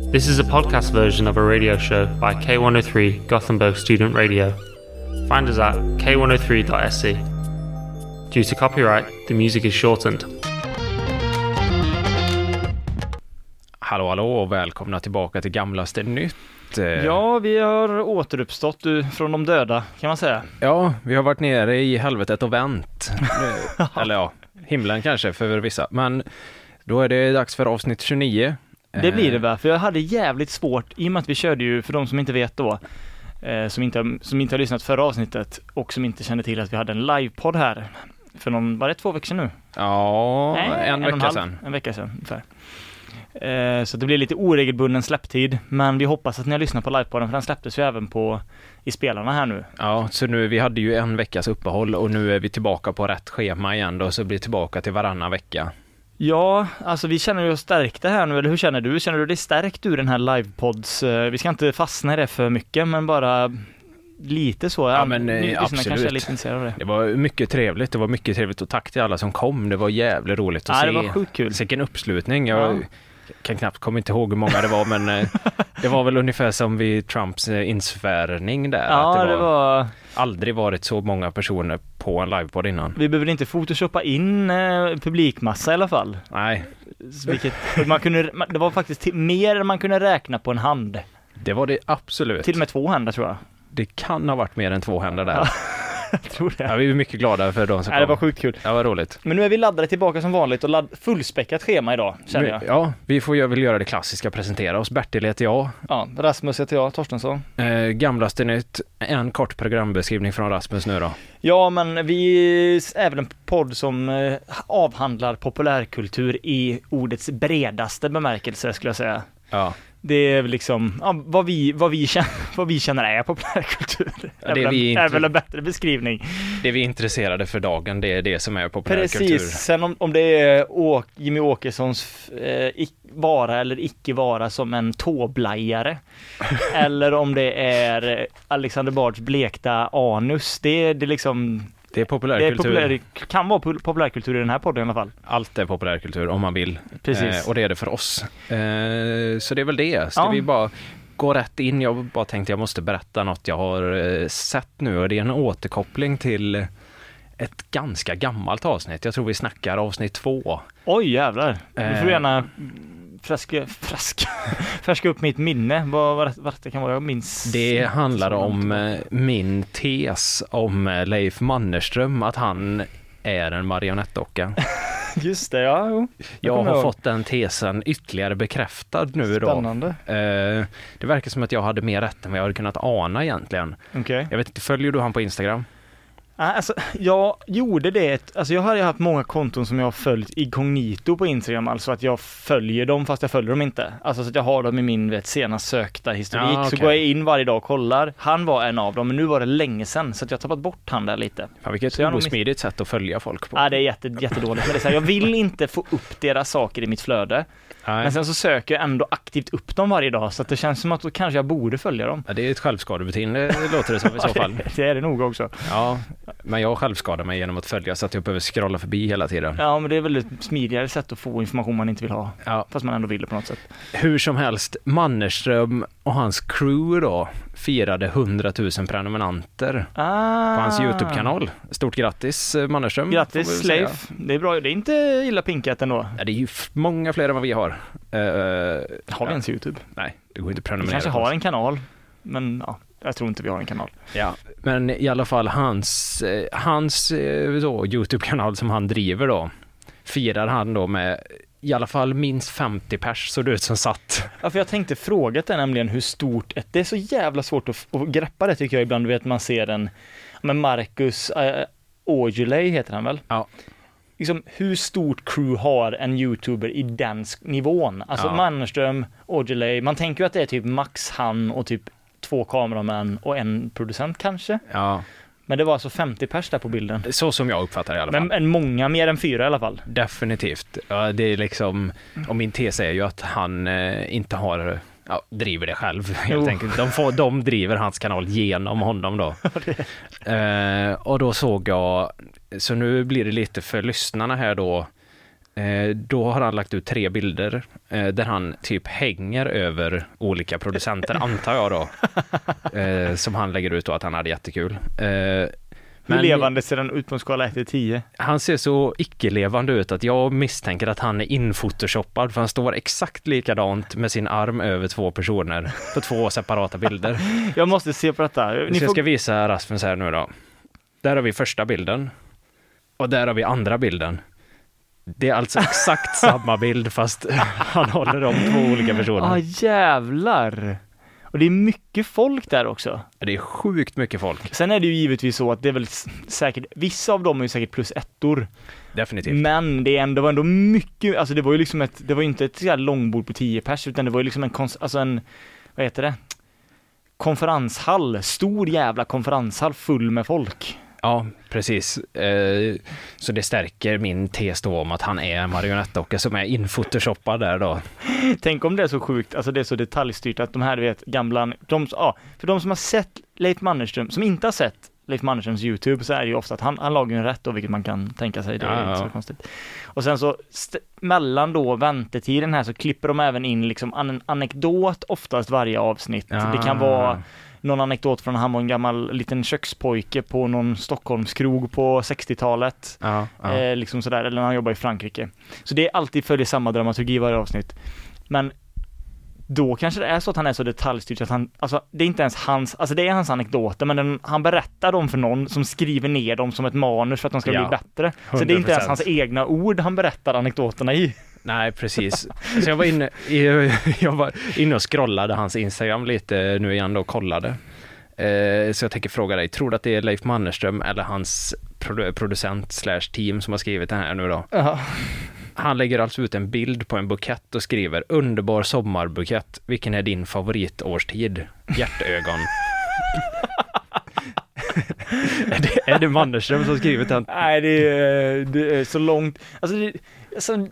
This is a podcast version of a radio show by K103 Gothenburg Student Radio. Find us at k103.se. Due to copyright, the music is shortened. Hallå och välkomna tillbaka till Gamlaste Nytt. Ja, vi har återuppstått från de döda, kan man säga. Ja, vi har varit nere i helvetet och vänt. Eller ja, himlen kanske för vissa. Men då är det dags för avsnitt 29. Det blir det, för jag hade jävligt svårt, i och med att vi körde ju, för de som inte vet då, som inte har lyssnat förra avsnittet och som inte kände till att vi hade en livepodd här för var det 2 veckor sedan nu? Ja, en vecka sedan. En vecka sedan ungefär. Så det blir lite oregelbunden släpptid, men vi hoppas att ni har lyssnat på livepodden, för den släpptes ju även i spelarna här nu. Ja, så nu, vi hade ju en veckas uppehåll och nu är vi tillbaka på rätt schema igen då, så blir tillbaka till varannan vecka. Ja, alltså vi känner ju oss stärkta här nu, eller hur känner du? Känner du dig stärkt ur den här livepods? Vi ska inte fastna i det för mycket, men bara lite så. Ja, men absolut. Kanske är lite intresserad av det. Det var mycket trevligt och tack till alla som kom. Det var jävligt roligt att se. Det var sjukt kul. Vilken uppslutning. Jag kan knappt komma inte ihåg hur många det var, men det var väl ungefär som vid Trumps insvärning där. Ja, att det var aldrig varit så många personer på en livepodd innan. Vi behöver inte photoshoppa in publikmassa i alla fall. Nej. Det var faktiskt mer än man kunde räkna på en hand. Det var det absolut. Till och med 2 händer tror jag. Det kan ha varit mer än 2 händer där. Ja, jag tror det. Ja, vi är mycket glada för de som kom. Det var sjukt kul. Ja, var roligt. Men nu är vi laddade tillbaka som vanligt och fullspäckat schema idag, känner jag. Ja, vi får väl göra det klassiska, presentera oss. Bertil heter jag. Ja, Rasmus heter jag, Torstensson. Gamlaste Nytt, en kort programbeskrivning från Rasmus nu då. Ja, men vi är väl en podd som avhandlar populärkultur i ordets bredaste bemärkelse, skulle jag säga. Ja. Det är liksom vad vi känner är populärkultur. Ja, är väl en bättre beskrivning. Det vi är intresserade för dagen, det är det som är populärkultur. Precis, sen om det är Jimmy Åkessons vara eller icke vara som en tåblajare eller om det är Alexander Bards blekta anus, det är liksom... Det är populärkultur. Det kan vara populärkultur i den här podden i alla fall. Allt är populärkultur om man vill. Precis. Och det är det för oss. Så det är väl det. Ska vi bara gå rätt in? Jag bara tänkte jag måste berätta något jag har sett nu. Och det är en återkoppling till ett ganska gammalt avsnitt. Jag tror vi snackar avsnitt 2. Oj jävlar. Du får gärna färska upp mitt minne. Vad det kan vara, jag minns. Det handlar om min tes om Leif Mannerström, att han är en marionettdocka. Just det, ja. Jo. Jag har fått den tesen ytterligare bekräftad nu då. Spännande. Det verkar som att jag hade mer rätt än vad jag hade kunnat ana egentligen. Okay. Jag vet inte, följer du han på Instagram? Alltså, jag gjorde det. Alltså, jag har ju haft många konton som jag har följt inkognito på Instagram. Alltså att jag följer dem fast jag följer dem inte. Alltså så att jag har dem i min senast sökta historik. Ja, okay. Så går jag in varje dag och kollar. Han var en av dem, men nu var det länge sedan. Så att jag har tappat bort han där lite. Fan, vilket osmidigt sätt att följa folk på. Ja, det är jättedåligt. Men det är så här, jag vill inte få upp deras saker i mitt flöde. Nej. Men sen så söker jag ändå aktivt upp dem varje dag. Så att det känns som att då kanske jag borde följa dem. Ja, det är ett självskadebeteende, det låter det som i så fall. Det är det nog också. Ja, men jag självskadar mig genom att följa så att jag behöver scrolla förbi hela tiden. Ja, men det är väl ett smidigare sätt att få information man inte vill ha. Ja. Fast man ändå vill det på något sätt. Hur som helst, Mannerström och hans crew då firade 100 000 prenumeranter på hans YouTube-kanal. Stort grattis Mannerström. Grattis Leif. Det är bra, det är inte illa pinkat ändå. Ja, det är ju många fler än vad vi har. Har vi ens YouTube? Nej, det går inte att prenumerera. Vi kanske har en kanal, men ja, jag tror inte vi har en kanal. Ja, men i alla fall hans YouTube-kanal som han driver då, firar han då med i alla fall minst 50 pers, så det ut som satt. Ja, för jag tänkte fråga det nämligen hur stort det är, så jävla svårt att greppa det tycker jag ibland. Du vet, man ser den med Marcus Aujalay heter han väl? Ja. Liksom, hur stort crew har en YouTuber i den nivån? Alltså Mannerström, Aujalay, man tänker ju att det är typ max han och typ 2 kameramän och en producent kanske. Ja. Men det var alltså 50 pers där på bilden. Så som jag uppfattar det i alla fall. Men många, mer än 4 i alla fall. Definitivt. Ja, det är liksom, och min tes är ju att han inte har, driver det själv helt enkelt. De driver hans kanal genom honom då. Och då såg jag, så nu blir det lite för lyssnarna här då, Då har han lagt ut 3 bilder där han typ hänger över olika producenter, antar jag då. Som han lägger ut då att han hade jättekul. Hur levande ser den ut på en skala 1-10? Han ser så icke-levande ut att jag misstänker att han är infotoshoppad, för han står exakt likadant med sin arm över 2 personer på 2 separata bilder. Jag måste se på detta. Jag ska visa Rasmus här nu då. Där har vi första bilden och där har vi andra bilden. Det är alltså exakt samma bild fast han håller om 2 olika personer. Jävlar! Och det är mycket folk där också. Det är sjukt mycket folk. Sen är det ju givetvis så att det är väl säkert, vissa av dem är ju säkert +1. Definitivt. Men det var ändå mycket, alltså det var ju liksom det var ju inte ett så här långbord på 10 pers, utan det var ju liksom en vad heter det? Konferenshall, stor jävla konferenshall full med folk. Ja, precis. Så det stärker min tes då om att han är en marionettdocka som är infotoshoppad där då. Tänk om det är så sjukt, alltså det är så detaljstyrt att de här, du vet, gamla, för de som har sett Leif Mannerström, som inte har sett Leif Mannerströms YouTube, så är det ju ofta att han lagar en rätt då, vilket man kan tänka sig, det är inte så konstigt. Och sen så mellan då väntetiden här så klipper de även in liksom en anekdot oftast varje avsnitt. Det kan vara någon anekdot från han var en gammal liten kökspojke på någon Stockholmskrog på 60-talet. Liksom sådär, eller när han jobbar i Frankrike. Så det är alltid följer samma dramaturgi i varje avsnitt. Men då kanske det är så att han är så detaljstyrd att han, alltså det är inte ens hans, alltså det är hans anekdoter, men han berättar dem för någon som skriver ner dem som ett manus för att de ska bli bättre. Så 100%. Det är inte ens hans egna ord han berättar anekdoterna i. Nej, precis. Så jag var inne och scrollade hans Instagram lite nu igen då och kollade. Så jag tänker fråga dig, tror du att det är Leif Mannerström eller hans producent/team som har skrivit den här nu då? Han lägger alltså ut en bild på en bukett och skriver: underbar sommarbukett, vilken är din favoritårstid? Hjärtögon. Är det Mannerström som skrivit den? Nej, det är så långt. Alltså,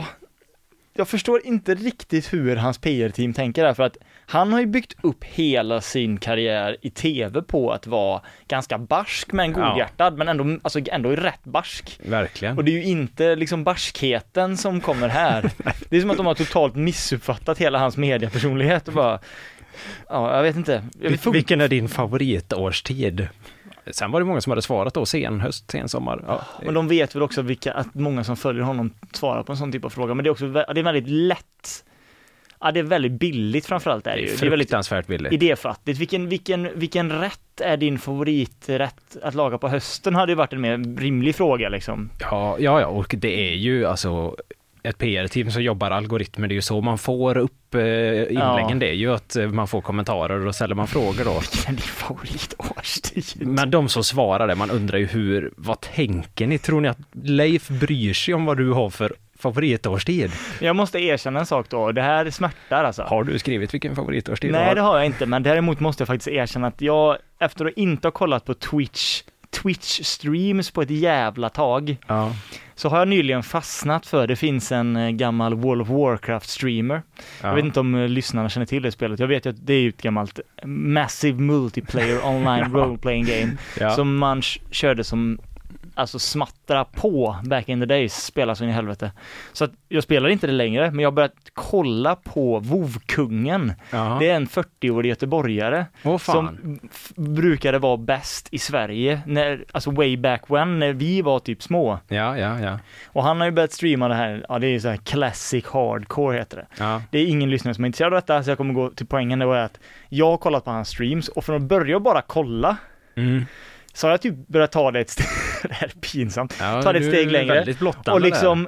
jag förstår inte riktigt hur hans PR-team tänker där, för att han har ju byggt upp hela sin karriär i tv på att vara ganska barsk men godhjärtad, men ändå rätt barsk. Verkligen. Och det är ju inte liksom barskheten som kommer här. Det är som att de har totalt missuppfattat hela hans mediapersonlighet och bara, jag vet inte. Vilken är din favoritårstid? Sen var det många som hade svarat då, sen höst, sen sommar. Men de vet väl också att många som följer honom svarar på en sån typ av fråga. Men det är också det är väldigt lätt. Ja, det är väldigt billigt framförallt. Det är fruktansvärt billigt. Idéfattigt. Vilken rätt är din favoriträtt att laga på hösten? Hade ju varit en mer rimlig fråga liksom. Ja, och det är ju alltså ett PR-team som jobbar algoritmer, det är ju så man får upp inläggen, det är ju att man får kommentarer och ställer man frågor då. Vilken är din favoritårstid? Men de som svarar det, man undrar ju vad tänker ni? Tror ni att Leif bryr sig om vad du har för favoritårstid? Jag måste erkänna en sak då, det här smärtar alltså. Har du skrivit vilken favoritårstid du har? Nej, det har jag inte, men däremot måste jag faktiskt erkänna att jag, efter att inte ha kollat på Twitch streams på ett jävla tag, så har jag nyligen fastnat för, det finns en gammal World of Warcraft streamer. Jag vet inte om lyssnarna känner till det spelet. Jag vet ju att det är ett gammalt massive multiplayer online role-playing game som man körde som alltså smattra på back in the days, spelar så in i helvete. Så att jag spelar inte det längre, men jag har börjat kolla på WoW-kungen. Det är en 40-årig göteborgare som brukade vara bäst i Sverige alltså way back when, när vi var typ små. Ja. Och han har ju börjat streama det här, det är så här classic hardcore heter det. Det är ingen lyssnare som är intresserad av detta, så jag kommer gå till poängen, det var att jag har kollat på hans streams, och från att börja bara kolla så har jag typ börjat ta det ett steg, det här är pinsamt, ta det ett steg längre och liksom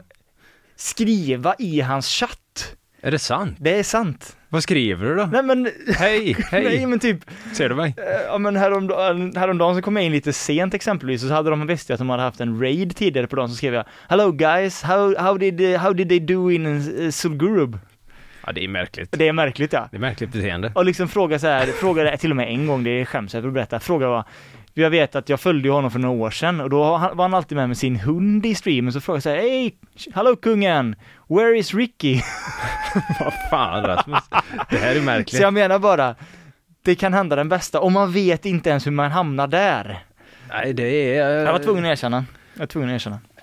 skriva i hans chatt. Är det sant? Det är sant. Vad skriver du då? Nej men hej. Nej men typ, ser du mig? Ja men häromdagen så kom jag in lite sent exempelvis, och så hade de visst att de hade haft en raid tidigare på dagen, så skrev jag: hello guys, how did they do in Sulgurub? Ja, det är märkligt. Det är märkligt, ja. Det är märkligt beteende. Och liksom fråga det till och med en gång, det är skäms jag för att berätta. Fråga var, jag vet att jag följde honom för några år sedan, och då var han alltid med sin hund i streamen, så frågade jag: hey, hallå kungen, where is Ricky? Vad fan, Rasmus? Det här är märkligt. Så jag menar bara, det kan hända den bästa, och man vet inte ens hur man hamnar där. Nej, det är... Jag var tvungen att erkänna.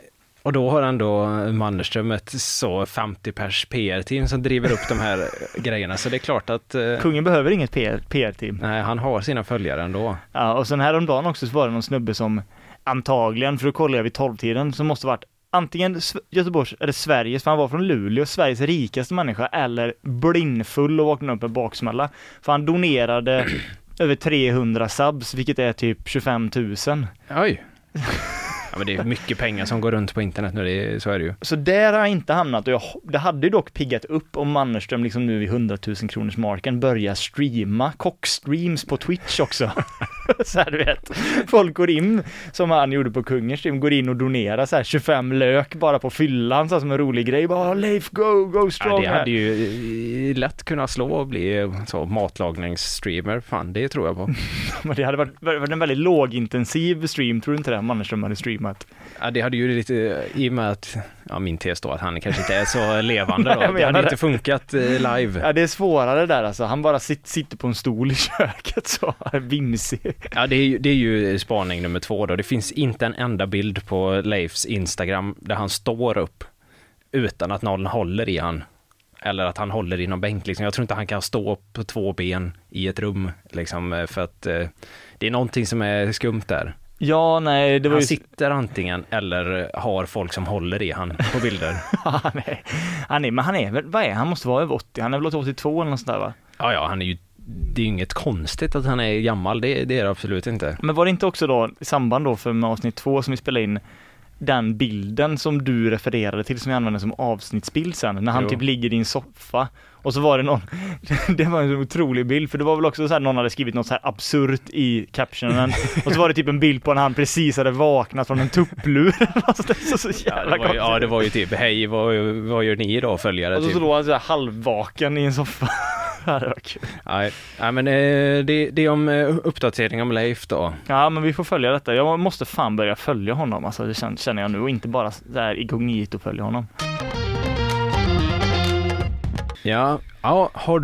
Och då har ändå Mannerström ett så 50 pers PR-team som driver upp de här grejerna. Så det är klart att... Kungen behöver inget PR-team. Nej, han har sina följare ändå. Ja, och sen häromdagen också så var det någon snubbe som antagligen, för då kollade jag vid 12-tiden, som måste varit antingen Göteborgs eller Sveriges, för han var från Luleå, Sveriges rikaste människa, eller blindfull och vaknade upp med baksmälla. För han donerade över 300 subs, vilket är typ 25 000. Oj! Ja, men det är mycket pengar som går runt på internet nu, så är det ju. Så där har jag inte hamnat, och det hade ju dock piggat upp om Mannerström liksom nu vid 100 000 kronors marken börjar streama kockstreams på Twitch också. Så här, du vet, folk går in, som han gjorde på Kungens stream, går in och donerar så här 25 lök bara på fyllan, så som en rolig grej, bara Leif, go strong. Ja, det hade ju lätt kunnat slå och bli så matlagningsstreamer, fan, det tror jag på. Men det hade varit en väldigt lågintensiv stream, tror du inte det, Mannerström hade streamat? Ja, det hade ju lite, i och med att, ja, min tes då, att han kanske inte är så levande då. Det hade inte funkat live. Ja, det är svårare där alltså. Han bara sitter på en stol i köket så vimsig. Ja, det är ju spaning nummer 2 då. Det finns inte en enda bild på Leifs Instagram där han står upp utan att någon håller i han. Eller att han håller i någon bänk liksom. Jag tror inte han kan stå på 2 ben i ett rum liksom, för att det är någonting som är skumt där. Ja, nej, det var han sitter antingen eller har folk som håller i han på bilder. Men han är väl, vad är han? Måste vara över 80. Han är väl 82 eller något sånt där, va? Ja, han är ju, det är ju inget konstigt att han är gammal, det är det absolut inte. Men var det inte också då i samband då för med avsnitt 2 som vi spelade in, den bilden som du refererade till som jag använde som avsnittsbild sen, när han typ ligger i en soffa och så var det någon det var en otrolig bild, för det var väl också så här, någon hade skrivit något så här absurt i captionen och så var det typ en bild på när han precis hade vaknat från en tupplur. Det var ju typ, hej, vad gör ni idag, följare? Och så typ. då han så här halvvaken i en soffa. Det var kul. Nej, men det är om uppdatering om Leif då. Ja, men vi får följa detta. Jag måste fan börja följa honom, alltså, det känner jag nu, och inte bara där inkognito följa honom. Ja, har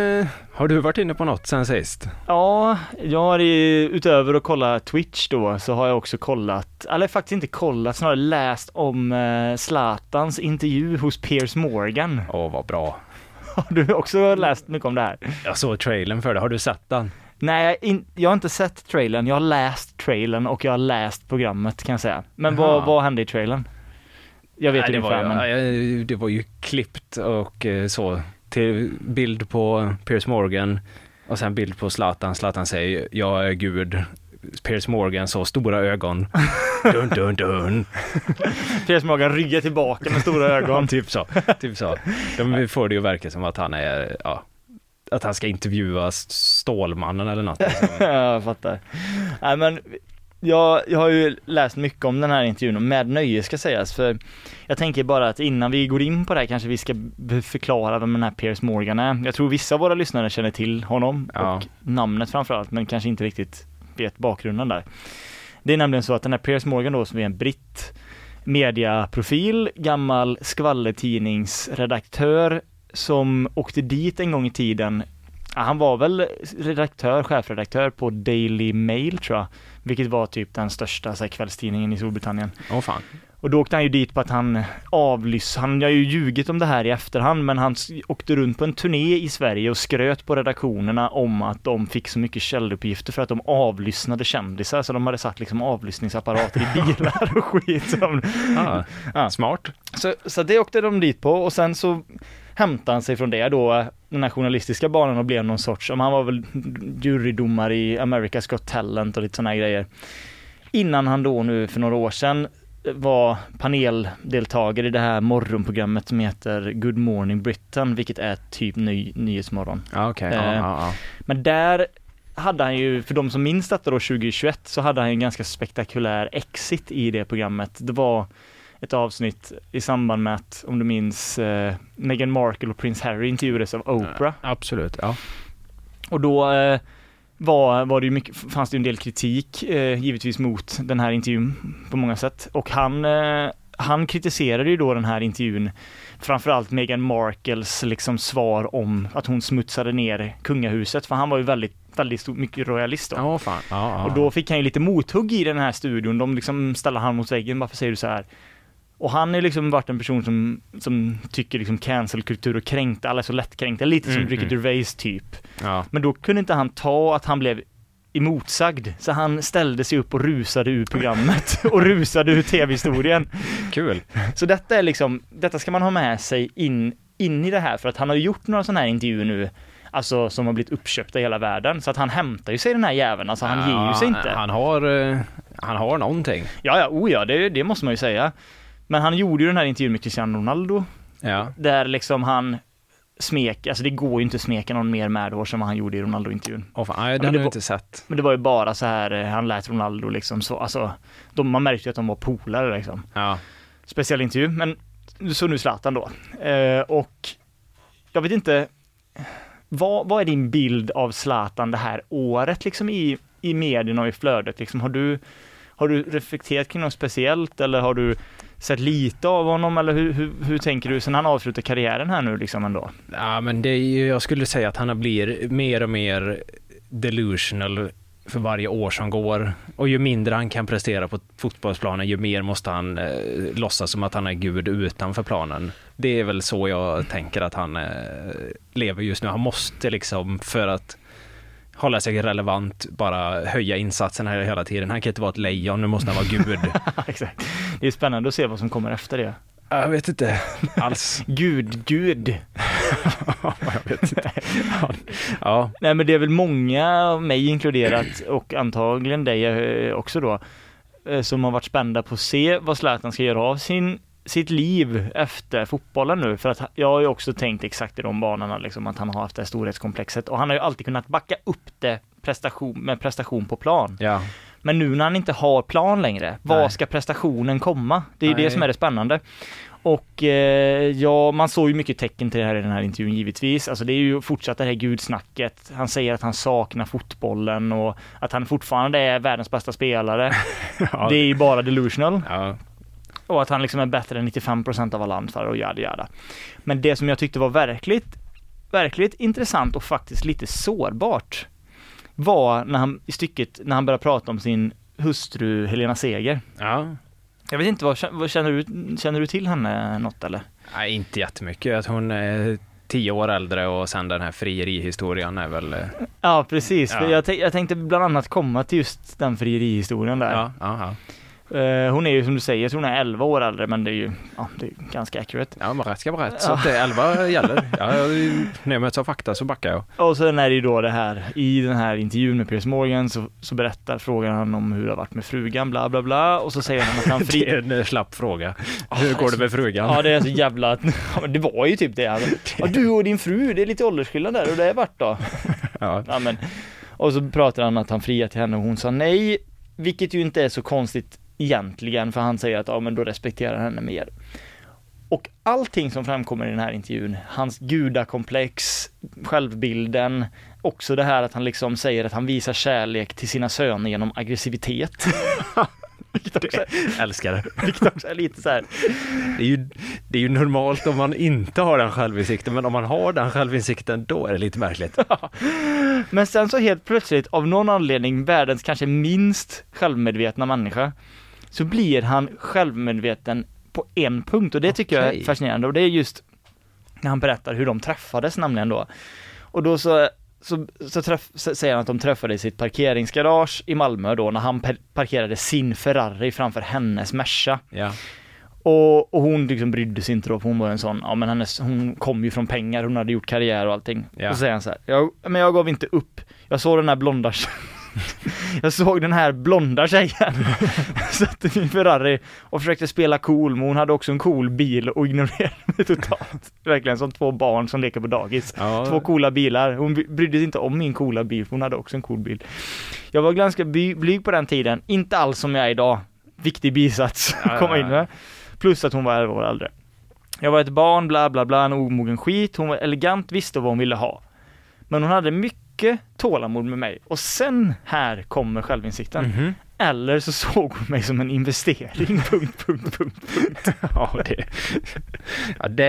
du varit inne på något sen sist? Ja, jag har utöver att kolla Twitch då, så har jag också kollat, eller faktiskt inte kollat, snarare läst om Zlatans intervju hos Piers Morgan. Vad bra. Har du också läst mycket om det här? Jag såg trailern för det, har du sett den? Nej, jag har inte sett trailern, jag har läst trailern och jag har läst programmet, kan jag säga. Men vad hände i trailern? Jag vet inte. Det var ju klippt och så till bild på Piers Morgan och sen bild på Zlatan. Zlatan säger, jag är gud. Piers Morgan så stora ögon. Dun, dun, dun. Piers Morgan ryggar tillbaka med stora ögon. typ så. De får det ju verka som att han är, att han ska intervjua Stålmannen eller något. Jag fattar. Nej, men jag har ju läst mycket om den här intervjun, med nöje ska sägas, för jag tänker bara att innan vi går in på det här kanske vi ska förklara vem den här Piers Morgan är. Jag tror vissa av våra lyssnare känner till honom och namnet framförallt, men kanske inte riktigt vet bakgrunden där. Det är nämligen så att den här Piers Morgan då, som är en britt mediaprofil, gammal skvallertidningsredaktör som åkte dit en gång i tiden. Han var väl chefredaktör på Daily Mail, tror jag, vilket var typ den största kvällstidningen i Storbritannien. Fan. Och då åkte han ju dit på att han har ju ljugit om det här i efterhand, men han åkte runt på en turné i Sverige och skröt på redaktionerna om att de fick så mycket källuppgifter för att de avlyssnade kändisar, så de hade satt liksom avlyssningsapparater i bilar och skit. Smart. Så det åkte de dit på, och sen så hämtade han sig från det då, den här journalistiska banan, och blev någon sorts, han var väl jurydomare i America's Got Talent och lite såna här grejer. Innan han då nu för några år sedan var paneldeltagare i det här morgonprogrammet som heter Good Morning Britain, vilket är typ nyhetsmorgon. Men där hade han ju, för de som minns detta då 2021, så hade han en ganska spektakulär exit i det programmet. Det var ett avsnitt i samband med att, om du minns, Meghan Markle och Prince Harry intervjuades av Oprah. Absolut, ja. Och då var det ju fanns det en del kritik givetvis mot den här intervjun på många sätt. Och han kritiserade ju då den här intervjun, framförallt Meghan Markles liksom svar om att hon smutsade ner kungahuset, för han var ju väldigt mycket royalist då. Och då fick han ju lite mothugg i den här studion. De liksom ställde han mot väggen. Varför säger du så här? Och han är liksom varit en person som tycker liksom cancelkultur och kränkt, alla är så lättkränkta, lite som Ricky Gervais typ. Ja. Men då kunde inte han ta att han blev emotsagd, så han ställde sig upp och rusade ur programmet och rusade ur tv-historien. Kul. Så detta är liksom, detta ska man ha med sig in i det här, för att han har gjort några sådana här intervjuer nu, alltså som har blivit uppköpta i hela världen, så att han hämtar ju sig den här jäveln, alltså han ger ju sig inte. Han har någonting. Ja, det måste man ju säga. Men han gjorde ju den här intervjun med Cristiano Ronaldo. Ja. Där liksom han alltså det går ju inte att smeka någon mer medhår som han gjorde i Ronaldo-intervjun. Den har jag inte sett. Men det var ju bara så här, han lät Ronaldo liksom så, alltså man märkte ju att de var polare liksom. Ja. Speciell intervju, men så nu Zlatan då. Och jag vet inte, vad är din bild av Zlatan det här året liksom i medierna och i flödet liksom? Har du reflekterat kring något speciellt, eller har du sett lite av honom, eller hur tänker du sen han avslutar karriären här nu liksom ändå? Ja, men det är ju, jag skulle säga att han blir mer och mer delusional för varje år som går, och ju mindre han kan prestera på fotbollsplanen, ju mer måste han låtsas som att han är gud utanför planen. Det är väl så jag tänker att han lever just nu. Han måste liksom, för att hålla sig relevant, bara höja insatsen här hela tiden. Han kan inte vara ett lejon, nu måste han vara gud. Exakt. Det är spännande att se vad som kommer efter det. Jag vet inte alls. Gud. Jag vet inte. Ja. Nej, men det är väl många, mig inkluderat, och antagligen dig också då, som har varit spända på att se vad Zlatan ska göra av sitt liv efter fotbollen nu, för att jag har ju också tänkt exakt i de banorna liksom, att han har haft det storhetskomplexet, och han har ju alltid kunnat backa upp det med prestation på plan. Ja. Men nu när han inte har plan längre, var ska prestationen komma? Det är ju det som är det spännande. Och man såg ju mycket tecken till det här i den här intervjun givetvis. Alltså det är ju fortsatt det här gudsnacket. Han säger att han saknar fotbollen och att han fortfarande är världens bästa spelare. Ja. Det är ju bara delusional. Ja. Och att han liksom är bättre än 95% av alla anfallare och jada. Men det som jag tyckte var verkligt intressant och faktiskt lite sårbart var när han började prata om sin hustru Helena Seger. Ja. Jag vet inte, vad känner du till henne något eller? Nej, inte jättemycket. Att hon är 10 år äldre, och sen den här frierihistorien är väl... Ja, precis. Ja. För jag tänkte bland annat komma till just den frierihistorien där. Ja. Hon är ju som du säger, hon är 11 år äldre, men det är ju det är ganska accurate. Ja, men rätt ska vara rätt. Så att det 11 gäller. När jag möts av fakta så backar jag. Och sen är det ju då det här, i den här intervjun med Piers Morgan så frågar han om hur det har varit med frugan, bla bla bla, och så säger han att han det är en slapp fråga. Hur går det med frugan? Ja, det är så jävla... men det var ju typ det. Alltså. Ja, du och din fru, det är lite åldersskillnad där, och det är vart då? Ja, men... Och så pratar han att han friade till henne och hon sa nej, vilket ju inte är så konstigt egentligen, för han säger att men då respekterar henne mer. Och allting som framkommer i den här intervjun, hans gudakomplex, självbilden, också det här att han liksom säger att han visar kärlek till sina söner genom aggressivitet. Älskar det. Vilket också är lite så här. Det är ju normalt om man inte har den självinsikten, men om man har den självinsikten, då är det lite märkligt. Men sen så helt plötsligt, av någon anledning, världens kanske minst självmedvetna människa, så blir han självmedveten på en punkt, och det tycker jag är fascinerande, och det är just när han berättar hur de träffades nämligen då. Och då så säger han att de träffade i sitt parkeringsgarage i Malmö då, när han parkerade sin Ferrari framför hennes Merca. Ja. Och hon liksom brydde sig inte då, för hon var en sån, hon kom ju från pengar, hon hade gjort karriär och allting. Ja. Och så säger han så här, jag gav inte upp. Jag såg den här blonda tjejen satt i Ferrari och försökte spela cool, men hon hade också en cool bil och ignorerade mig totalt. Verkligen som 2 barn som leker på dagis. Ja. 2 coola bilar. Hon brydde sig inte om min coola bil, för hon hade också en cool bil. Jag var ganska blyg på den tiden. Inte alls som jag är idag. Viktig bisats att komma in med. Plus att hon var 11 år äldre. Jag var ett barn, bla bla bla, en omogen skit. Hon var elegant, visste vad hon ville ha. Men hon hade mycket tålamod med mig. Och sen här kommer självinsikten. Mm-hmm. Eller så såg hon mig som en investering. Punkt. Det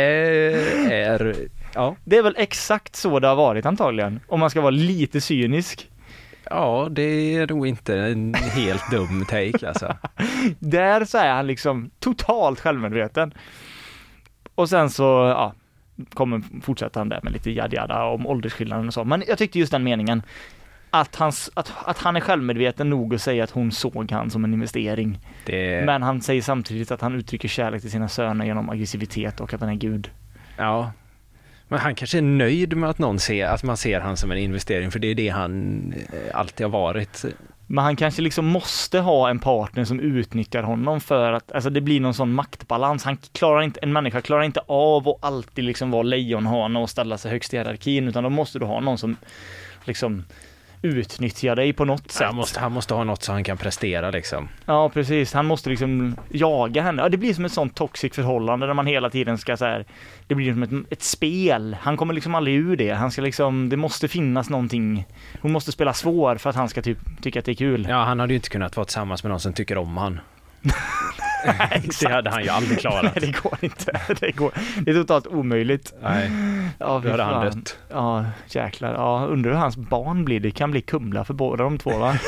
är... Ja. Det är väl exakt så det har varit antagligen. Om man ska vara lite cynisk. Ja, det är nog inte en helt dum take alltså. Där så är han liksom totalt självmedveten. Och sen så, ja, fortsätter han där med lite jada om åldersskillnaden och så. Men jag tyckte just den meningen att han är självmedveten nog att säga att hon såg han som en investering. Men han säger samtidigt att han uttrycker kärlek till sina söner genom aggressivitet och att han är Gud. Ja. Men han kanske är nöjd med att man ser han som en investering, för det är det han alltid har varit. Men han kanske liksom måste ha en partner som utnyttjar honom för att, alltså det blir någon sån maktbalans. En människa klarar inte av att alltid liksom vara lejonhane och ställa sig högst i hierarkin, utan då måste du ha någon som liksom utnyttjar dig på något sätt. Han måste ha något så han kan prestera liksom. Ja, precis. Han måste liksom jaga henne. Ja, det blir som ett sånt toxic förhållande där man hela tiden ska så här, det blir som ett spel. Han kommer liksom aldrig ur det. Han ska liksom, det måste finnas någonting. Hon måste spela svår för att han ska tycka att det är kul. Ja, han hade ju inte kunnat vara tillsammans med någon som tycker om han. Det hade han ju aldrig klarat. Nej, det går inte. Det är totalt omöjligt. Nej, ja, då hade han dött. Ja, jäklar. Ja, undrar hur hans barn blir. Det kan bli Kumla för båda de två, va?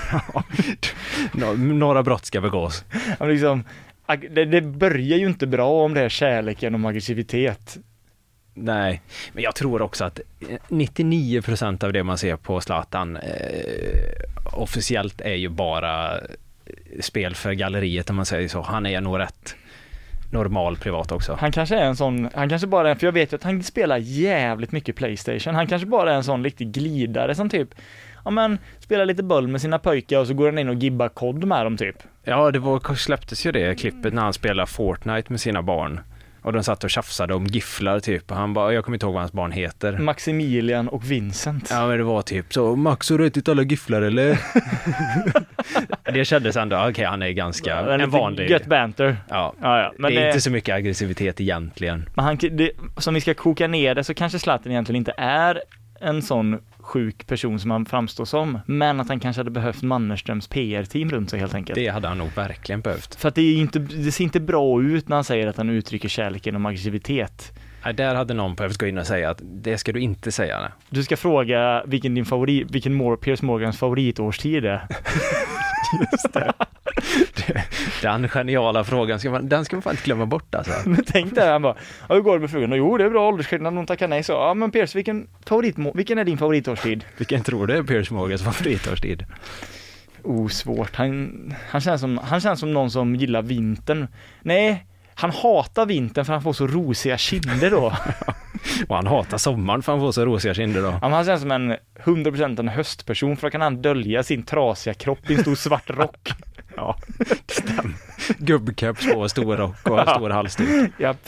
Några brott ska begås. Ja, liksom, det börjar ju inte bra om det är kärleken och aggressivitet. Nej, men jag tror också att 99% av det man ser på Zlatan officiellt är ju bara spel för galleriet, om man säger så. Han är nog rätt normal privat också. Han kanske är en sån, han kanske bara är, för jag vet ju att han spelar jävligt mycket PlayStation. Han kanske bara är en sån riktig glidare som typ, ja men, spelar lite boll med sina pojkar och så går han in och gibbar kod med dem typ. Ja, släpptes ju det klippet när han spelar Fortnite med sina barn. Och de satt och tjafsade om gifflar typ. Och han bara, jag kommer inte ihåg vad hans barn heter. Maximilian och Vincent. Ja, men det var typ så, Max har rätt alla gifflar eller? Det kändes ändå, okej, han är ganska en vanlig. Gött banter. Ja. Men det är inte så mycket aggressivitet egentligen. Men som vi ska koka ner det, så kanske Zlatan egentligen inte är en sån sjuk person som han framstår som, men att han kanske hade behövt Mannerströms PR-team runt sig helt enkelt. Det hade han nog verkligen behövt. För att det ser inte bra ut när han säger att han uttrycker kärleken och aggressivitet. Nej, där hade någon behövt gå in och säga att det ska du inte säga. Nej. Du ska fråga vilken Piers Morgans favoritårstid är. Just det. Den geniala frågan den ska man fan inte glömma bort alltså. Men tänk där, han bara, hur går det med frugan? Jo, det är bra åldersskillnad, hon tackar nej. Så, ja men Piers, vilken är din favoritårstid? Vilken tror du är Piers Morgans favoritårstid? Svårt. Han känns som någon som gillar vintern. Nej, han hatar vintern för han får så rosiga kinder då. Och han hatar sommaren för han får så rosiga kinder då. Ja, han känns som en 100% en höstperson, för då kan han dölja sin trasiga kropp i en stor svart rock. Ja, det stämmer. Gubbcaps på stor rock och stor halsduk. Japp.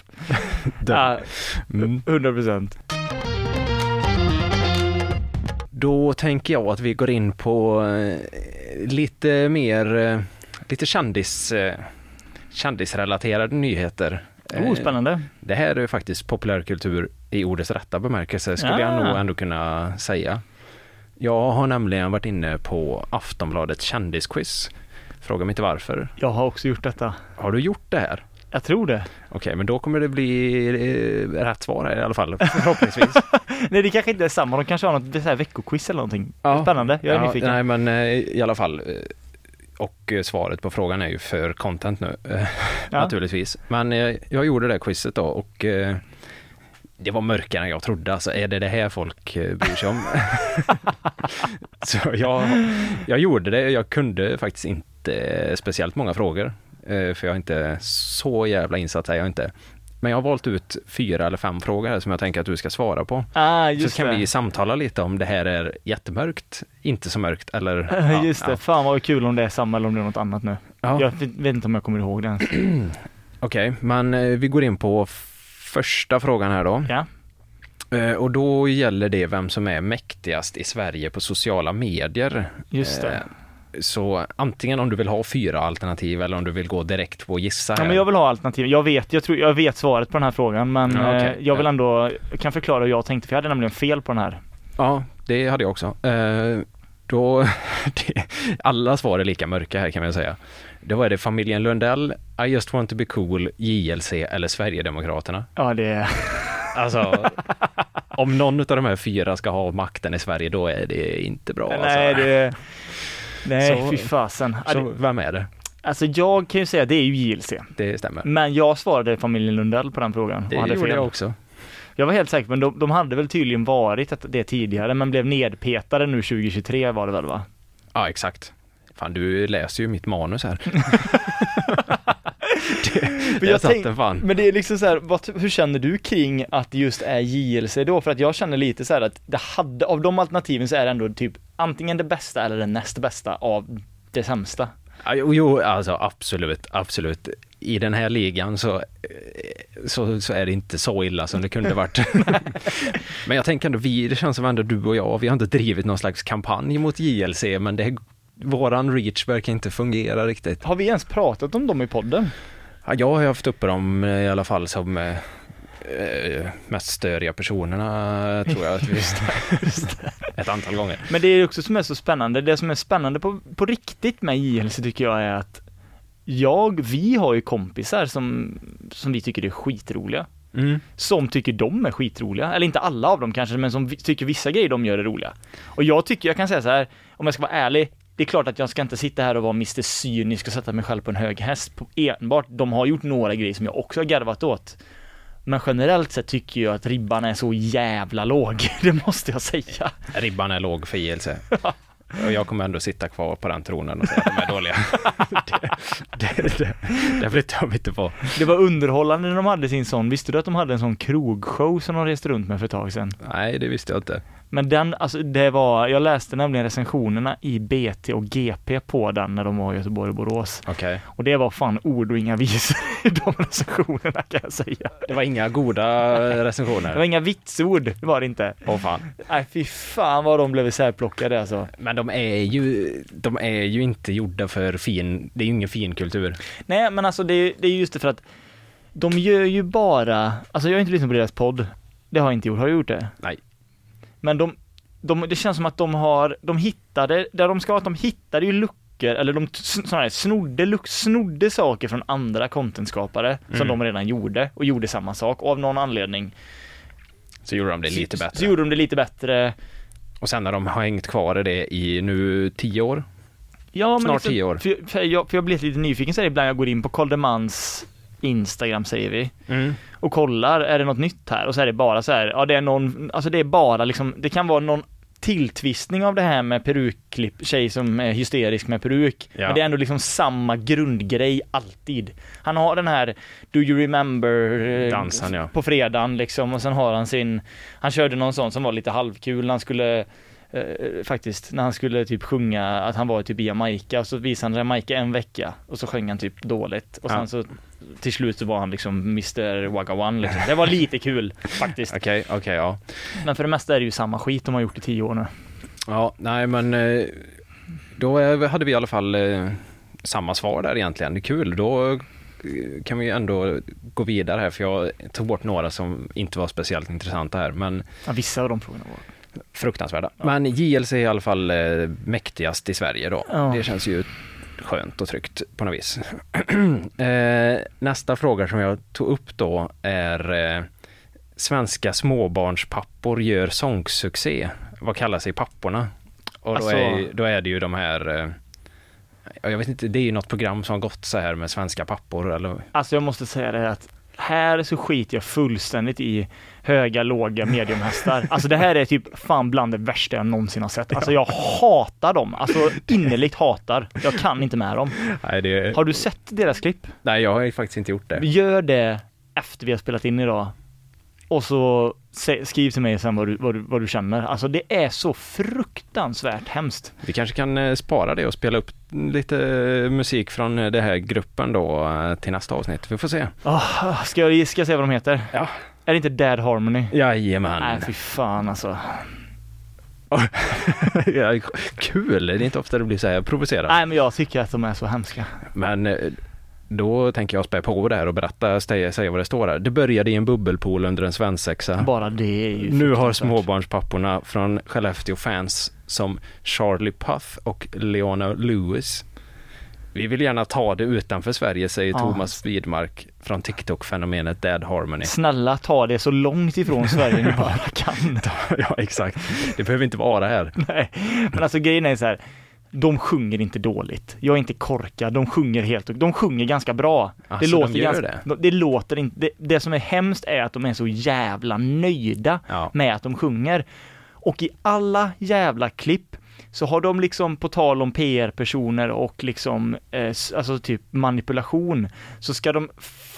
100%. Då tänker jag att vi går in på lite kändisrelaterade nyheter. Spännande. Det här är faktiskt populärkultur i ordets rätta bemärkelse, skulle jag nog ändå kunna säga. Jag har nämligen varit inne på Aftonbladets kändisquiz. Fråga mig inte varför. Jag har också gjort detta. Har du gjort det här? Jag tror det. Okej, men då kommer det bli rätt svar här i alla fall, förhoppningsvis. Nej, det kanske inte är samma. De kanske har något så här veckoquiz eller någonting. Ja. Spännande, jag är nyfiken. Nej, men i alla fall. Och svaret på frågan är ju för content nu, naturligtvis. Men jag gjorde det quizet då och det var mörkare än jag trodde. Alltså, är det här folk bryr sig om? Så jag gjorde det. Jag kunde faktiskt inte speciellt många frågor. För jag är inte så jävla insatt. Jag inte. Men jag har valt ut 4 eller 5 frågor som jag tänker att du ska svara på. Just så kan vi samtala lite om det här är jättemörkt, inte så mörkt eller... Just det, fan vad kul om det är samma eller om det är något annat nu. Ja. Jag vet inte om jag kommer ihåg det. Okej, men vi går in på första frågan här då. Ja. Och då gäller det vem som är mäktigast i Sverige på sociala medier. Just det. Så antingen om du vill ha 4 alternativ eller om du vill gå direkt på gissa här. Ja, men jag vill ha alternativ. Jag vet svaret på den här frågan, men jag vill ändå kan förklara hur jag tänkte, för jag hade nämligen fel på den här. Ja, det hade jag också. Alla svar är lika mörka här kan man säga. Då är det familjen Lundell, I just want to be cool, JLC eller Sverigedemokraterna. Ja, det är... Alltså, Om någon av de här 4 ska ha makten i Sverige, då är det inte bra. Nej, fy fasen. Så vem är det? Alltså jag kan ju säga att det är ju JLC. Det stämmer. Men jag svarade familjen Lundell på den frågan. Det och hade gjorde fel. jag också. Jag var helt säker, men de hade väl tydligen varit det tidigare, men blev nedpetade nu 2023 var det väl, va? Ja, exakt. Fan, du läser ju mitt manus här. Men det är liksom så här, hur känner du kring att det just är JLC då? För att jag känner lite så här att av de alternativen så är det ändå typ antingen det bästa eller det näst bästa av det sämsta. Jo, alltså absolut. I den här ligan så är det inte så illa som det kunde varit. Men jag tänker ändå, det känns som ändå du och jag, vi har inte drivit någon slags kampanj mot JLC, men våran reach verkar inte fungera riktigt. Har vi ens pratat om dem i podden? Ja, jag har haft uppe dem i alla fall som mest störiga personerna, tror jag. Just det. Ett antal gånger. Men det är också som är så spännande. Det som är spännande på riktigt med JLC tycker jag är att vi har ju kompisar som vi tycker är skitroliga. Som tycker de är skitroliga. Eller inte alla av dem kanske, men som tycker vissa grejer de gör är roliga. Och jag kan säga så här, om jag ska vara ärlig, det är klart att jag ska inte sitta här och vara Mr. Cynisk och sätta mig själv på en hög häst. Enbart, de har gjort några grejer som jag också har garvat åt. Men generellt sett tycker jag att ribban är så jävla låg. Det måste jag säga. Ribban är låg för JLC. Och jag kommer ändå sitta kvar på den tronen och säga att de är dåliga. Det flyttar jag inte på. Det var underhållande när de hade sin sån. Visste du att de hade en sån krogshow som de reste runt med för ett tag sedan? Nej, det visste jag inte. Men jag läste nämligen recensionerna i BT och GP på den när de var i Göteborg och Borås. Okay. Och det var fan ord och inga visor i de recensionerna, kan jag säga. Det var inga goda recensioner. Det var inga vitsord, det var det inte. Fan. Nej, fy fan vad de blev särplockade alltså. Men de är ju inte gjorda för det är ju ingen fin kultur. Nej, men alltså det är just det, för att de gör ju bara, alltså jag har inte lyssnat på deras podd. Det har jag inte gjort. Har du gjort det? Nej. Men det känns som att de hittade där de ska, att de hittade ju luckor, eller de snodde saker från andra contentskapare som de redan gjorde och gjorde samma sak, och av någon anledning så gjorde de det lite bättre. Så gjorde de det lite bättre. Och sen när de har hängt kvar i det i nu 10 år. Ja, men snart 10 år. För jag blir lite nyfiken, så ibland jag går in på Koldemans Instagram, säger vi, och kollar, är det något nytt här? Och så är det bara så här, ja, det är någon, alltså det är bara liksom, det kan vara någon tilltvistning av det här med perukklipp, tjej som är hysterisk med peruk, men det är ändå liksom samma grundgrej alltid. Han har den här Do You Remember dansen, på fredagen liksom, och sen har han körde någon sån som var lite halvkul när han skulle faktiskt, när han skulle typ sjunga att han var typ i Jamaica, och så visade han Jamaica en vecka och så sjöng han typ dåligt, och sen så till slut så var han liksom Mr. Wagga One liksom. Det var lite kul faktiskt. Okej, ja. Men för det mesta är det ju samma skit de har gjort i 10 år nu. Ja, nej, men då hade vi i alla fall samma svar där egentligen. Det är kul, då kan vi ändå gå vidare här, för jag tog bort några som inte var speciellt intressanta här, men vissa av de frågorna var fruktansvärda. Ja. Men JLC är i alla fall mäktigast i Sverige då. Ja. Det känns ju skönt och tryggt på något vis. Nästa fråga som jag tog upp då är svenska småbarnspappor gör sångsuccé. Vad kallar sig papporna? Och då är det ju de här, jag vet inte, det är ju något program som har gått så här med svenska pappor. Eller? Alltså jag måste säga det att här så skiter jag fullständigt i höga, låga, mediumhästar. Alltså det här är typ fan bland det värsta jag någonsin har sett. Alltså jag hatar dem. Alltså innerligt hatar. Jag kan inte med dem. Nej, Har du sett deras klipp? Nej, jag har faktiskt inte gjort det. Gör det efter vi har spelat in idag. Och så skriv till mig sen vad du känner. Alltså det är så fruktansvärt hemskt. Vi kanske kan spara det och spela upp lite musik från det här gruppen då till nästa avsnitt. Vi får se. Ska jag se vad de heter? Ja. Är det inte Dead Harmony? Jajamän. Nej, fy fan alltså. Ja, kul, det är inte ofta det blir så här provocerat. Nej, men jag tycker att de är så hemska. Men då tänker jag spä på det här och berätta, säga vad det står här. Det började i en bubbelpool under en svensexa. Bara det är ju... Nu har småbarnspapporna från Skellefteå fans som Charlie Puth och Leona Lewis. Vi vill gärna ta det utanför Sverige, säger Thomas Widmark från TikTok-fenomenet Dead Harmony. Snälla, ta det så långt ifrån Sverige ni bara kan. Ja, exakt. Det behöver inte vara här. Nej, men alltså grejen är så här. De sjunger inte dåligt. Jag är inte korkad. De sjunger ganska bra. Alltså, det låter inte. Det som är hemskt är att de är så jävla nöjda med att de sjunger. Och i alla jävla klipp så har de liksom, på tal om PR-personer och liksom alltså typ manipulation, så ska de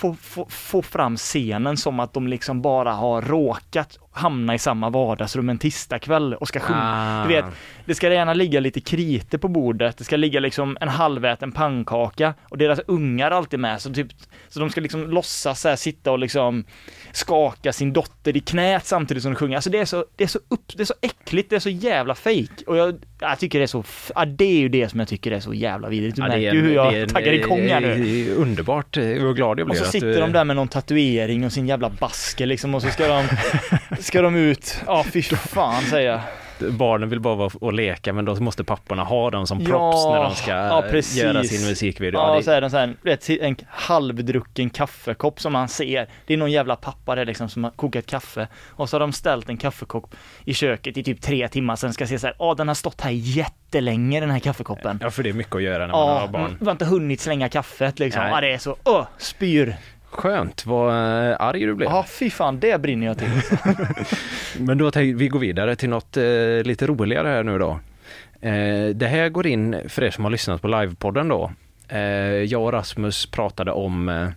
få fram scenen som att de liksom bara har råkat hamna i samma vardagsrum en tisdagkväll och ska sjunga. Du vet, det ska gärna ligga lite kriter på bordet, det ska ligga liksom en halväten pannkaka och deras ungar alltid med, så de ska liksom låtsas så här, sitta och liksom skaka sin dotter i knät samtidigt som de sjunger. Alltså det är så äckligt, det är så jävla fake. Och jag tycker det är så det är ju det som jag tycker är så jävla vidrigt. Du märker ju hur jag taggar igång här nu. Det är underbart, hur glad jag blir. Och så sitter de där med någon tatuering och sin jävla baske liksom, och så ska de ut. Ja, fy fan, säger jag. Barnen vill bara vara och leka, men då måste papporna ha dem som props när de ska göra sin musikvideo. Ja, så är den så här, en halvdrucken kaffekopp som man ser. Det är någon jävla pappa där liksom som har kokat kaffe, och så har de ställt en kaffekopp i köket i typ 3 timmar, sen ska se så här, den har stått här jättelänge, den här kaffekoppen. Ja, för det är mycket att göra när man har barn. Man har inte hunnit slänga kaffet liksom. Ja, det är så, spyr. Skönt, vad arg du blev. Ja, fy fan, det brinner jag till. Men då vi går vidare till något lite roligare här nu då. Det här går in för er som har lyssnat på livepodden då. Jag och Rasmus pratade om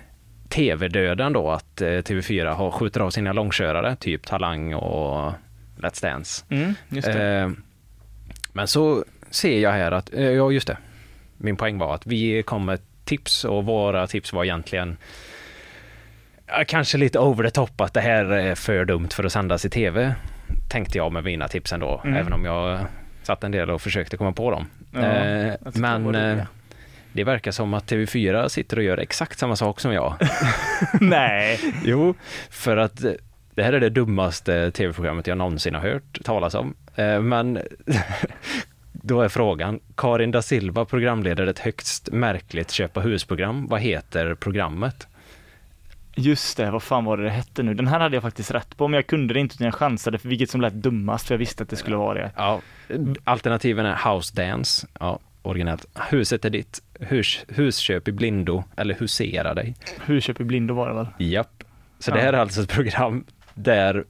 tv-döden då, att TV4 har skjutit av sina långkörare, typ Talang och Let's Dance. Just det. Men så ser jag här att, just det, min poäng var att vi kom med tips, och våra tips var egentligen kanske lite over the top, att det här är för dumt för att sändas i tv, tänkte jag med mina tips ändå, även om jag satt en del och försökte komma på dem. Men det verkar som att TV4 sitter och gör exakt samma sak som jag. Nej. Jo, för att det här är det dummaste tv-programmet jag någonsin har hört talas om. Men då är frågan, Karin da Silva programleder ett högst märkligt köpa husprogram. Vad heter programmet? Just det, vad fan var det hette nu? Den här hade jag faktiskt rätt på, men jag kunde det inte utan jag chansade för vilket som lät dummast, för jag visste att det skulle vara det. Ja, alternativen är House Dance, originellt. Huset är ditt, husköp i blindo, eller husera dig. Husköp i blindo var det väl? Japp. Så det här är alltså ett program där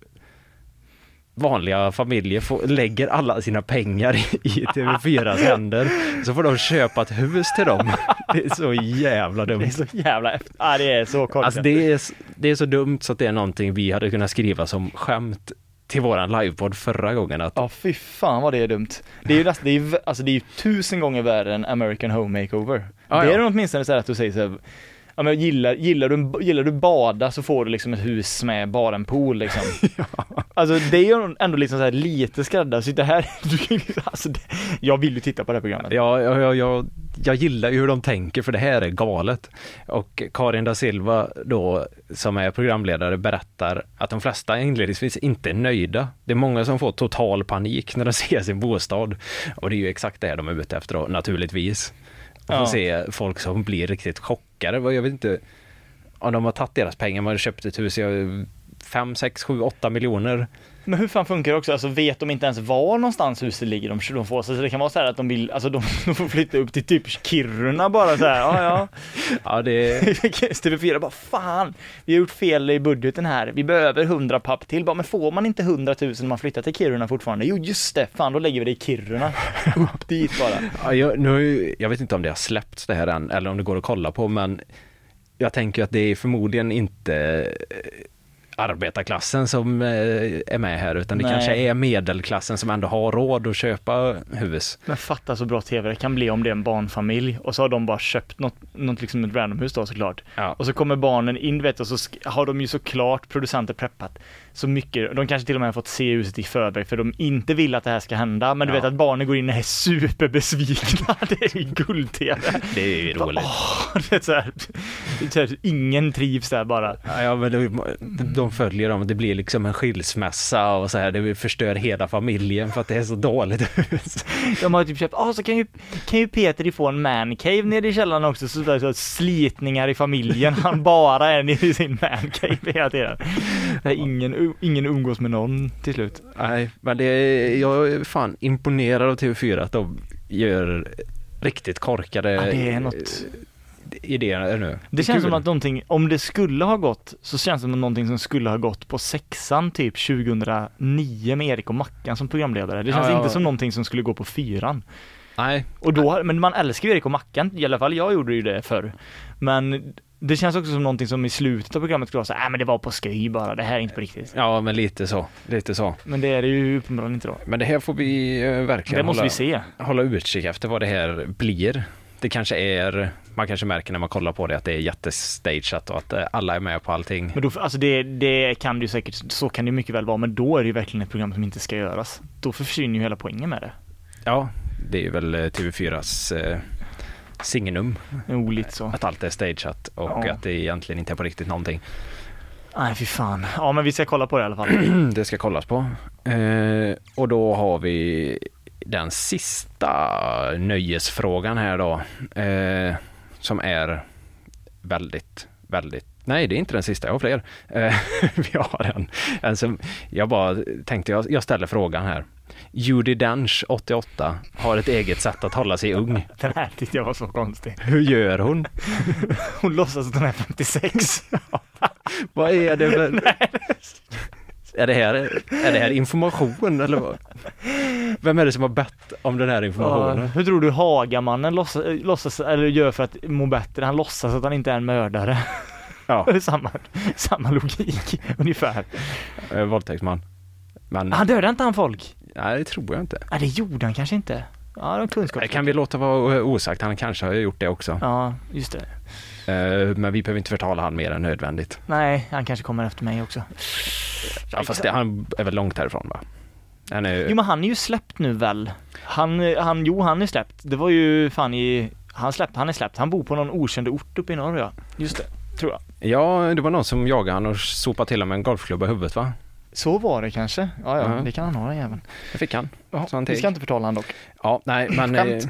vanliga familjer lägger alla sina pengar i TV4s händer, så får de köpa ett hus till dem. Det är så jävla dumt. Det är så jävla det är så konstigt. Alltså det är så dumt så att det är någonting vi hade kunnat skriva som skämt till våran livepodd förra gången. Ja, fy fan vad det är dumt. Det är ju 1000 gånger värre än American Home Makeover. Det är åtminstone så här att du säger så här, ja, men gillar du bada så får du liksom ett hus med bara en pool liksom. Alltså det är ju ändå liksom så här lite skräddarsytt det här. Alltså jag vill ju titta på det här programmet. Jag gillar ju hur de tänker, för det här är galet. Och Karin da Silva då, som är programledare, berättar att de flesta inledningsvis inte är nöjda. Det är många som får total panik när de ser sin bostad, och det är ju exakt det de är ute efter då, naturligtvis. Och få se folk som blir riktigt chockade. Jag vet inte om de har tagit deras pengar. Man har köpt ett hus i 5, 6, 7, 8 miljoner. Men hur fan funkar det också? Alltså vet de inte ens var någonstans huset ligger de får? Så det kan vara så här att de vill, alltså de får flytta upp till typ Kiruna bara så här. Ja, det TV4 bara, fan, vi har gjort fel i budgeten här. Vi behöver 100 papp till. Bara, men får man inte 100 000 när man flyttar till Kiruna fortfarande? Jo, just det. Fan, då lägger vi det i Kiruna. Upp dit bara. Ja, jag vet inte om det har släppts det här än, eller om det går att kolla på, men jag tänker att det är förmodligen inte arbetarklassen som är med här, utan det kanske är medelklassen som ändå har råd att köpa hus. Men fatta så bra tv det kan bli om det är en barnfamilj, och så har de bara köpt något liksom ett randomhus då såklart. Ja. Och så kommer barnen in, vet, och så har de ju såklart producenter preppat så mycket. De kanske till och med har fått se huset i förväg för de inte vill att det här ska hända, men du vet att barnen går in och är superbesvikna. Det är ju guld-tv. Det är ju roligt. Det är så här, ingen trivs där bara. Ja, men de följer dem. Det blir liksom en skilsmässa och så här. Det förstör hela familjen för att det är så dåligt. De har typ köpt, så kan ju Peter få en mancave nere i källaren också, så slitningar i familjen. Han bara är nere i sin mancave hela tiden. Ingen umgås med någon till slut. Nej, men jag är fan imponerad av TV4 att de gör riktigt korkade det är något idéer nu. Det känns som att någonting, om det skulle ha gått, så känns det som någonting som skulle ha gått på 6:an typ 2009 med Erik och Mackan som programledare. Det känns inte som någonting som skulle gå på 4:an. Nej. Och då, men man älskar ju Erik och Mackan, i alla fall jag gjorde ju det förr. Men det känns också som någonting som i slutet av programmet skulle vara så men det var på skoj bara, det här är inte på riktigt. Ja, men lite så. Men det är det ju uppenbarligen inte då. Men det här får vi verkligen det måste vi se. Hålla utkik efter vad det här blir. Det kanske är, man kanske märker när man kollar på det att det är jättestageat och att alla är med på allting. Men då, alltså det kan det ju säkert, så kan det mycket väl vara, men då är det ju verkligen ett program som inte ska göras. Då försvinner ju hela poängen med det. Ja, det är ju väl TV4s signum. Lite så. Att allt är stageat och att det egentligen inte är på riktigt någonting. Nej, fy fan. Ja, men vi ska kolla på det i alla fall. Det ska kollas på. Och då har vi den sista nöjesfrågan här då. Som är väldigt, väldigt... Nej, det är inte den sista, jag har fler. Vi har en som... Jag bara tänkte, jag ställer frågan här. Judi Dench, 88, har ett eget sätt att hålla sig ung. Den här tyckte jag var så konstig. Hur gör hon? Hon låtsas att hon är 56. Vad är det för... Är det här information eller vad? Vem är det som har bett om den här informationen? Hur tror du Hagamannen låtsas eller gör för att må bättre? Han låtsas att han inte är en mördare. Ja. Det är samma logik ungefär. Våldtäktsman. Men han dödade inte han folk? Nej, det tror jag inte. Nej, det gjorde han kanske inte. Ja, de kunskap. Det kan vi låta vara osagt. Han kanske har gjort det också. Ja, just det. Men vi behöver inte förtala han mer än nödvändigt. Nej, han kanske kommer efter mig också. Ja, fast han är väl långt härifrån, va? Jo, men han är ju släppt nu väl. Han är släppt. Det var ju fan han är släppt. Han bor på någon okänd ort uppe i norr, ja. Just det, tror jag. Ja, det var någon som jagade han och sopade till med en golfklubba i huvudet, va? Så var det kanske. Ja, det kan han ha, den jäveln. Det fick han. Vi ska inte förtala han dock. Ja, nej, men...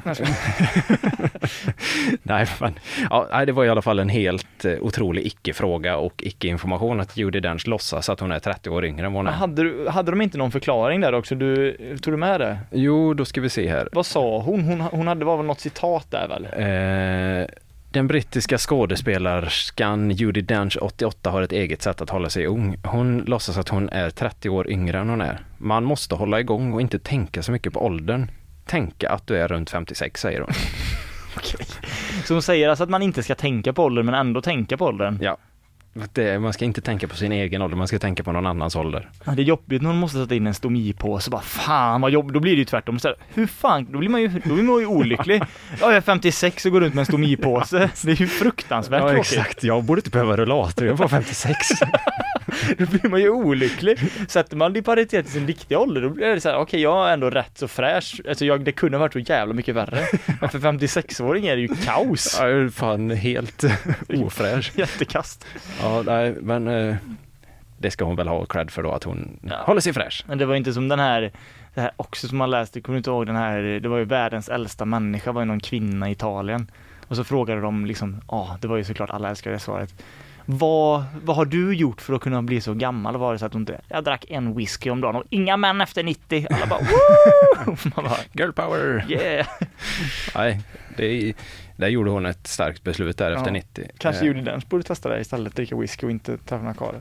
nej, men... Ja, det var i alla fall en helt otrolig icke-fråga och icke-information att Judi Dench låtsas att hon är 30 år yngre än hon är. Hade de inte någon förklaring där också? Tog du med det? Jo, då ska vi se här. Vad sa hon? Hon hade väl något citat där, väl? Den brittiska skådespelerskan Judi Dench, 88, har ett eget sätt att hålla sig ung. Hon låtsas att hon är 30 år yngre än hon är. Man måste hålla igång och inte tänka så mycket på åldern. Tänka att du är runt 56, säger hon. Okej. Så hon säger alltså att man inte ska tänka på åldern men ändå tänka på åldern? Ja. Man ska inte tänka på sin egen ålder, man ska tänka på någon annans ålder. Ja, det är jobbigt när man måste sätta in en stomipåse. Bara fan vad jobbigt, då blir det ju tvärtom. Så, hur fan, då blir man ju olycklig. Ja, jag är 56 och går runt med en stomipåse. Det är ju fruktansvärt tråkigt. Ja, exakt. Jag borde inte behöva rullator, jag var 56. Då blir man ju olycklig. Sätter man det i paritet till sin riktiga ålder, då blir det så här, okej, jag är ändå rätt så fräsch. Alltså det kunde ha varit så jävla mycket värre. Men för 56-åring är det ju kaos. Ja, jag är fan helt ofräsch. Jättekast. Ja, nej, men det ska hon väl ha cred för då, att hon håller sig fräsch. Men det var inte som det här också som man läste, kommer du inte ihåg den här, det var ju världens äldsta människa, var ju någon kvinna i Italien. Och så frågade de liksom, det var ju såklart, alla älskar det svaret. Vad har du gjort för att kunna bli så gammal? Var det så att jag drack en whisky om dagen och inga män efter 90. Alla bara, woo! Man bara, girl power! Yeah! Nej, där gjorde hon ett starkt beslut där efter 90. Kanske Judi Dench borde testa det istället, dricka whisky och inte ta några karlar.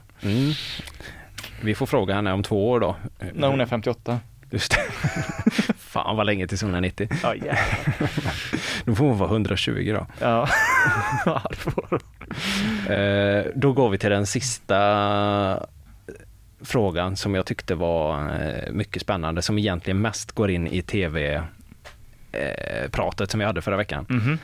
Vi får fråga henne om 2 år då. När hon är 58. Just det. Fan vad länge tills hon är 90. Ja, yeah. Då får hon vara 120 då. Ja, det får hon. Då går vi till den sista frågan som jag tyckte var mycket spännande, som egentligen mest går in i tv-pratet som vi hade förra veckan.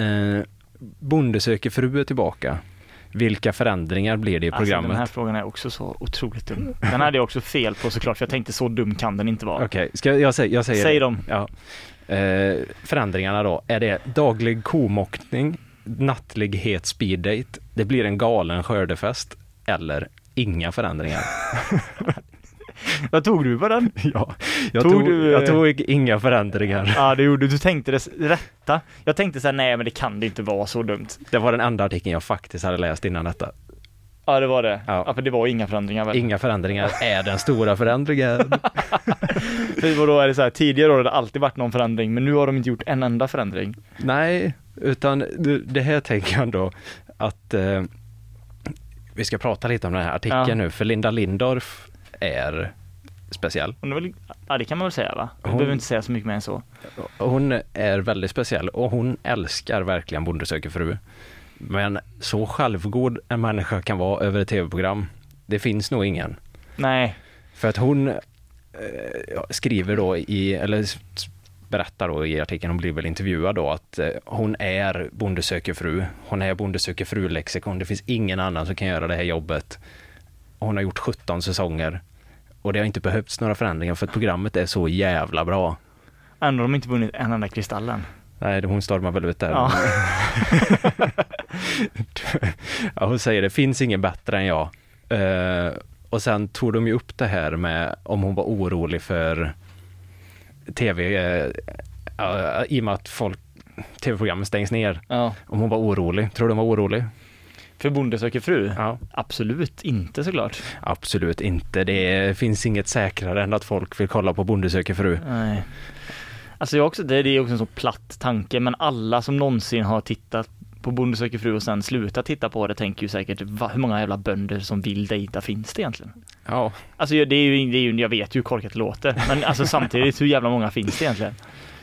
Bonde söker fru är tillbaka. Vilka förändringar blir det i programmet? Alltså, den här frågan är också så otroligt dum. Den hade jag också fel på såklart, för jag tänkte så dum kan den inte vara. Okej, jag säger Säg dem. Ja. Förändringarna då, är det daglig komockning, nattlighet speeddate, det blir en galen skördefest eller inga förändringar. Vad tog du på den? Ja, jag tog inga förändringar. Ja, det gjorde du. Tänkte det rätta. Jag tänkte så här, nej men det kan det inte vara så dumt. Det var den enda artikeln jag faktiskt hade läst innan detta. Ja, det var det. Ja. Ja, för det var inga förändringar väl? Inga förändringar är den stora förändringen. För då är det så här, tidigare har det alltid varit någon förändring, men nu har de inte gjort en enda förändring. Nej, utan det här tänker jag ändå att vi ska prata lite om den här artikeln nu, för Linda Lindorff är speciell. Hon är väl, ja, det kan man väl säga va? Jag behöver inte säga så mycket mer än så. Hon är väldigt speciell och hon älskar verkligen Bonde söker fru. Men så självgod en människa kan vara över ett tv-program, det finns nog ingen. Nej. För att hon skriver då eller berättar då i artikeln, hon blir väl intervjuad då, att hon är Bonde söker fru. Hon är Bonde söker fru-lexikon. Det finns ingen annan som kan göra det här jobbet. Hon har gjort 17 säsonger. Och det har inte behövts några förändringar för att programmet är så jävla bra. Ändå har de inte vunnit en enda Kristallen. Nej, hon stormar väl ut där. Ja. Ja, hon säger det finns ingen bättre än jag. Och sen tog de ju upp det här med om hon var orolig för tv i och med att tv-programmen stängs ner. Ja. Om hon var orolig. Tror du hon var orolig? För Bonde söker fru? Ja. Absolut inte såklart. Absolut inte. Det finns inget säkrare än att folk vill kolla på Bonde söker fru. Nej. Alltså det är också en så platt tanke, men alla som någonsin har tittat på Bonde söker fru och sen slutat titta på det tänker ju säkert hur många jävla bönder som vill dejta finns det egentligen? Ja. Alltså det är ju jag vet ju hur korkat det låter, men alltså samtidigt hur jävla många finns det egentligen?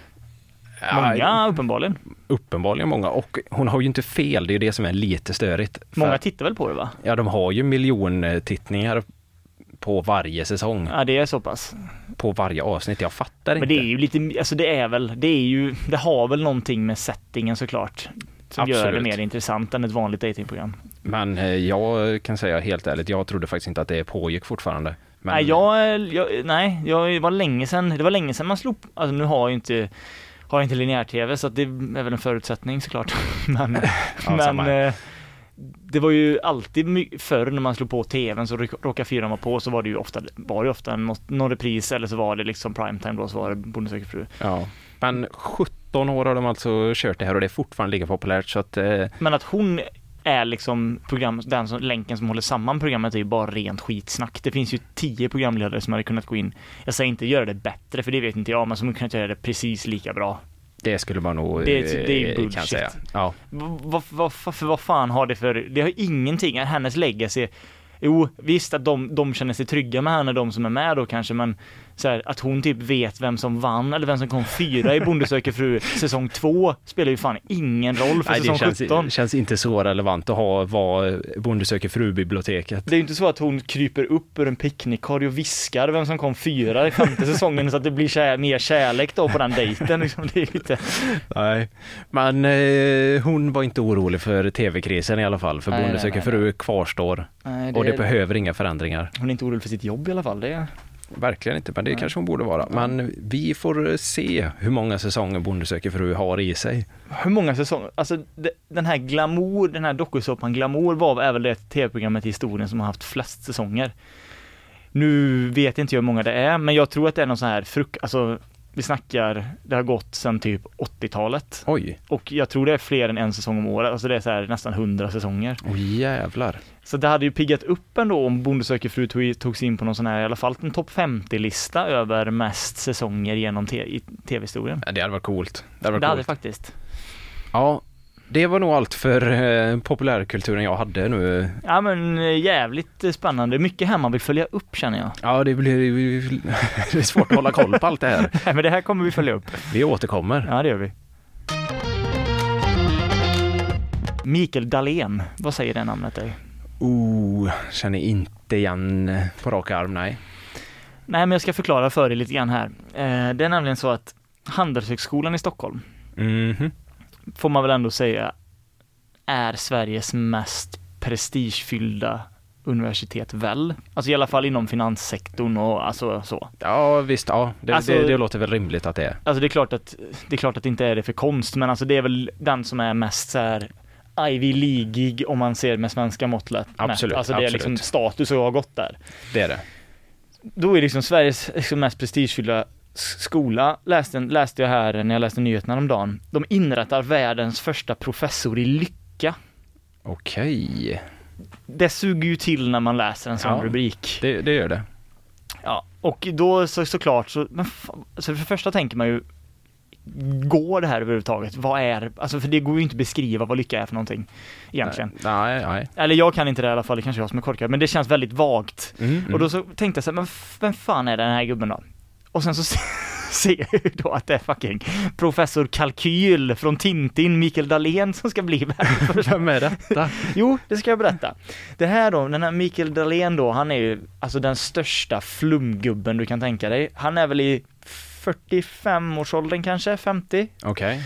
Många uppenbarligen. Uppenbarligen många, och hon har ju inte fel, det är ju det som är lite störigt. Många tittar väl på det va? Ja, de har ju miljontittningar på varje säsong. Ja, det är så pass. På varje avsnitt, jag fattar inte. Men det är ju lite, alltså det har väl någonting med settingen såklart. Som Absolut. Gör det mer intressant än ett vanligt datingprogram. Men jag kan säga helt ärligt, jag trodde faktiskt inte att det pågick fortfarande. Men... Nej, det var länge sedan man slog, alltså nu har jag inte linjär-tv så att det är väl en förutsättning såklart. Men, ja, men det var ju alltid förr när man slog på tvn så råkade fyran vara på, så var det ju ofta någon repris, eller så var det liksom primetime då, så var det Bonde söker fru. Ja, men 17 år har de alltså kört det här och det är fortfarande lika populärt så att... Men att hon är liksom länken som håller samman programmet är ju bara rent skitsnack. Det finns ju 10 programledare som hade kunnat gå in. Jag säger inte göra det bättre, för det vet inte jag, men som kunnat göra det precis lika bra. Det skulle man nog det är bullshit. Kan säga. Ja. Vad fan har det för... Det har ingenting. Hennes legacy... Jo, visst att de känner sig trygga med henne, de som är med då kanske, men så här, att hon typ vet vem som vann eller vem som kom 4 i Bonde söker fru säsong 2 spelar ju fan ingen roll för säsong 17. Det känns inte så relevant att vara Bonde söker fru-biblioteket. Det är ju inte så att hon kryper upp ur en picknickkorg och viskar vem som kom 4 i 5:e säsongen så att det blir mer kärlek då på den dejten. Liksom, det är lite... Nej, men hon var inte orolig för tv-krisen i alla fall, för Bonde söker fru kvarstår. Nej, och det behöver inga förändringar. Hon är inte orolig för sitt jobb i alla fall, det är... Verkligen inte, men det kanske hon borde vara. Men vi får se hur många säsonger Bonde söker fru har i sig. Hur många säsonger? Alltså den här dokusåpan Glamour är väl det tv-programmet i historien som har haft flest säsonger. Nu vet inte jag hur många det är, men jag tror att det är någon sån här alltså vi snackar, det har gått sedan typ 80-talet. Oj. Och jag tror det är fler än en säsong om året. Alltså det är så här nästan 100 säsonger. Jävlar. Så det hade ju piggat upp ändå om Bonde söker fru tog sig in på någon sån här, i alla fall en topp 50-lista över mest säsonger genom i tv-historien. Ja, det hade varit coolt. Det hade faktiskt. Ja, det var nog allt för populärkulturen jag hade nu. Ja, men jävligt spännande. Mycket här man vill följa upp, känner jag. Ja, det är svårt att hålla koll på allt det här. Nej, men det här kommer vi följa upp. Vi återkommer. Ja, det gör vi. Mikael Dahlén, vad säger det namnet dig? Känner inte igen på rak arm, nej. Nej, men jag ska förklara för dig lite grann här. Det är nämligen så att Handelshögskolan i Stockholm får man väl ändå säga är Sveriges mest prestigefyllda universitet väl? Alltså i alla fall inom finanssektorn och alltså så. Ja, visst, ja. Det låter väl rimligt att det är. Alltså det är klart att det inte är det för konst, men alltså det är väl den som är mest så här Ivy League om man ser med svenska måttlet. Absolut. Alltså det är liksom status att ha gått där. Det är det. Då är liksom Sveriges liksom mest prestigefyllda skola, läste jag här när jag läste nyheterna om dagen. De inrättar världens första professor i lycka. Okej. Det suger ju till när man läser en sån rubrik. Det gör det. Ja, och då såklart så för det första tänker man ju, går det här överhuvudtaget? Vad är, alltså för det går ju inte att beskriva vad lycka är för någonting egentligen. Nej. Eller jag kan inte det i alla fall, det kanske jag som är korkad, men det känns väldigt vagt. Och då så tänkte jag så här, men vem fan är den här gubben då? Och sen så ser jag då att det är fucking professor Kalkyl från Tintin, Mikael Dahlén, som ska bli värd. Vem är detta? Jo, det ska jag berätta. Det här då, den här Mikael Dahlén då, han är ju alltså den största flumgubben du kan tänka dig. Han är väl i 45-årsåldern kanske, 50. Okej.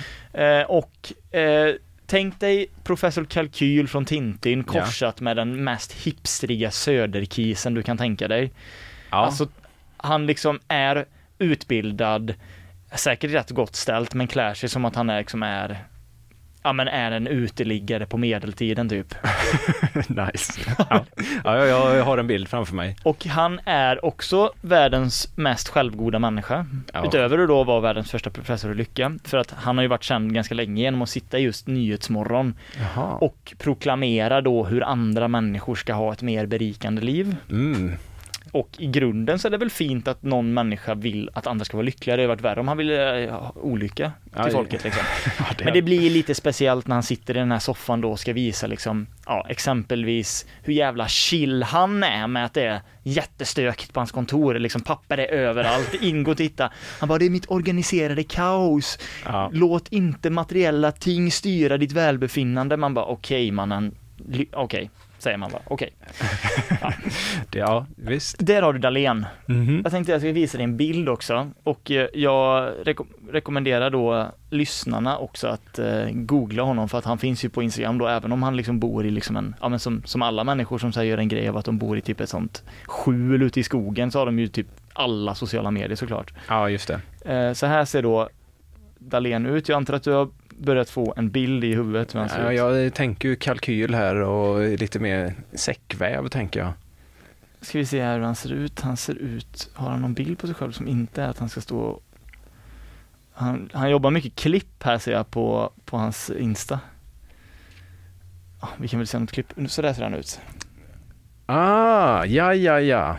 Tänk dig professor Kalkyl från Tintin korsat med den mest hipstriga söderkisen du kan tänka dig. Ja. Alltså, han liksom är utbildad, säkert rätt gott ställt, men klär sig som att han är en uteliggare på medeltiden typ. Nice. Ja, jag har en bild framför mig. Och han är också världens mest självgoda människa. Ja. Utöver att då vara världens första professor i lycka. För att han har ju varit känd ganska länge genom att sitta i just Nyhetsmorgon. Jaha. Och proklamera då hur andra människor ska ha ett mer berikande liv. Och i grunden så är det väl fint att någon människa vill att andra ska vara lyckliga. Det har varit värre om han vill ha olycka till folket liksom. Men det blir lite speciellt när han sitter i den här soffan då och ska visa liksom, exempelvis hur jävla chill han är med att det är jättestökigt på hans kontor. Liksom papper är överallt. Ingo och titta. Han bara, det är mitt organiserade kaos. Låt inte materiella ting styra ditt välbefinnande. Man bara, okej mannen. Okej. Säger man bara, okej. Ja, visst. Där har du Dahlén. Jag tänkte att jag ska visa dig en bild också. Och jag rekommenderar då lyssnarna också att googla honom, för att han finns ju på Instagram då, även om han liksom bor i liksom en, men som alla människor som säger en grej av att de bor i typ ett sånt skjul ute i skogen, så har de ju typ alla sociala medier såklart. Ja, just det. Så här ser då Dahlén ut. Jag antar att du har börjat få en bild i huvudet. Jag tänker ju kalkyl här och lite mer säckväv tänker jag. Ska vi se här hur han ser ut. Har han någon bild på sig själv som inte är att han ska stå... Han jobbar mycket klipp här, ser jag på hans Insta. Vi kan väl se något klipp. Så där ser han ut. Ja.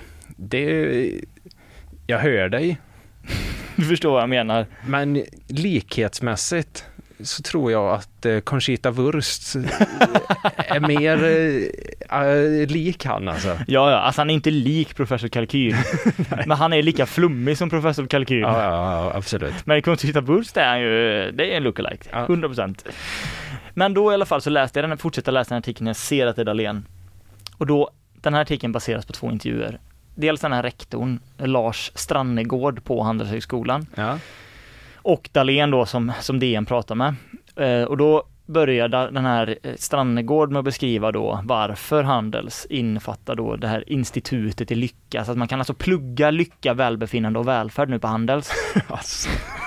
Jag hör dig. Du förstår vad jag menar. Men likhetsmässigt så tror jag att Conchita Wurst är mer lik han alltså. Ja, alltså han är inte lik professor Kalkyl. Men han är lika flummig som professor Kalkyl. Ja, absolut. Men Conchita Wurst är ju, det är en lookalike, 100%. Men då i alla fall så fortsätter läsa den här artikeln, jag ser att det är Dahlén. Och då, den här artikeln baseras på 2 intervjuer. Dels den här rektorn, Lars Strannegård på Handelshögskolan. Ja. Och Dahlén då som DN pratar med. Och då börjar den här Strannegård med att beskriva då varför Handels innefattar då det här institutet i lycka. Så att man kan alltså plugga lycka, välbefinnande och välfärd nu på Handels. Alltså.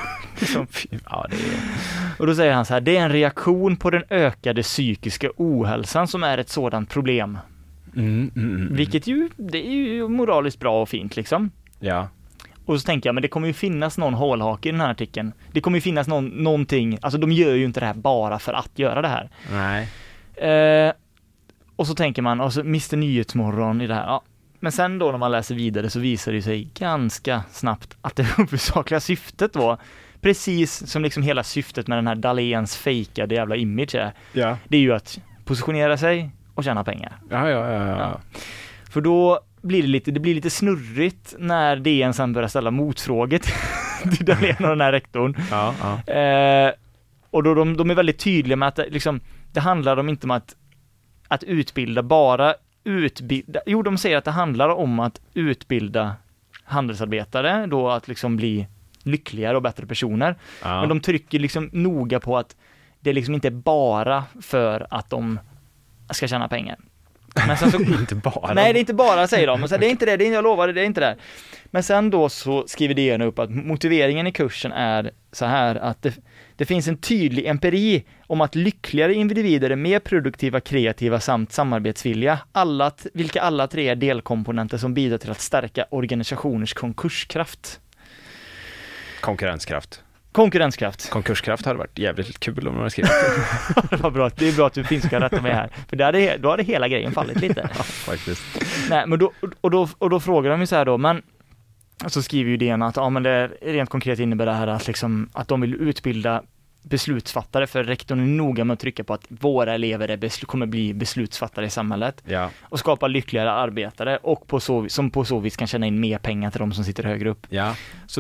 Och då säger han så här: det är en reaktion på den ökade psykiska ohälsan som är ett sådant problem. Vilket ju, det är ju moraliskt bra och fint liksom. Ja. Och så tänker jag, men det kommer ju finnas någon hålhake i den här artikeln. Det kommer ju finnas någonting, alltså de gör ju inte det här bara för att göra det här. Nej. Och så tänker man, och så Mr. Nyhetsmorgon i det här. Ja. Men sen då när man läser vidare så visar det sig ganska snabbt att det huvudsakliga syftet var, precis som liksom hela syftet med den här Dahléns fejkade jävla image är. Ja. Det är ju att positionera sig och tjäna pengar. Ja. För då blir det blir lite snurrigt när DN sen börjar ställa motfrågor till Dahlén och den här rektorn. Ja. Och då de är väldigt tydliga med att liksom, det handlar om inte om att utbilda, bara utbilda. Jo, de säger att det handlar om att utbilda handelsarbetare då att liksom bli lyckligare och bättre personer. Ja. Men de trycker liksom noga på att det liksom inte är bara för att de ska tjäna pengar. Men sen så, inte bara. Nej, det är inte bara, säger de. Men sen, det är inte det, jag lovar, det är inte det. Men sen då så skriver DN upp att motiveringen i kursen är så här att det finns en tydlig empiri om att lyckligare individer är mer produktiva, kreativa samt samarbetsvilliga. Vilka alla tre är delkomponenter som bidrar till att stärka organisationers konkurskraft. Konkurrenskraft. Konkurskraft hade varit jävligt kul om man hade skrivit. Det var bra. Det är bra att du finns ska rätta mig här. För då hade hela grejen fallit lite. Ja, faktiskt. Nej, men då frågar de ju så här då, men så skriver ju DN att men det rent konkret innebär det här att, liksom, att de vill utbilda beslutsfattare, för rektorn är noga med att trycka på att våra elever kommer bli beslutsfattare i samhället och skapa lyckligare arbetare och som på så vis kan tjäna in mer pengar till de som sitter högre upp. Ja. Så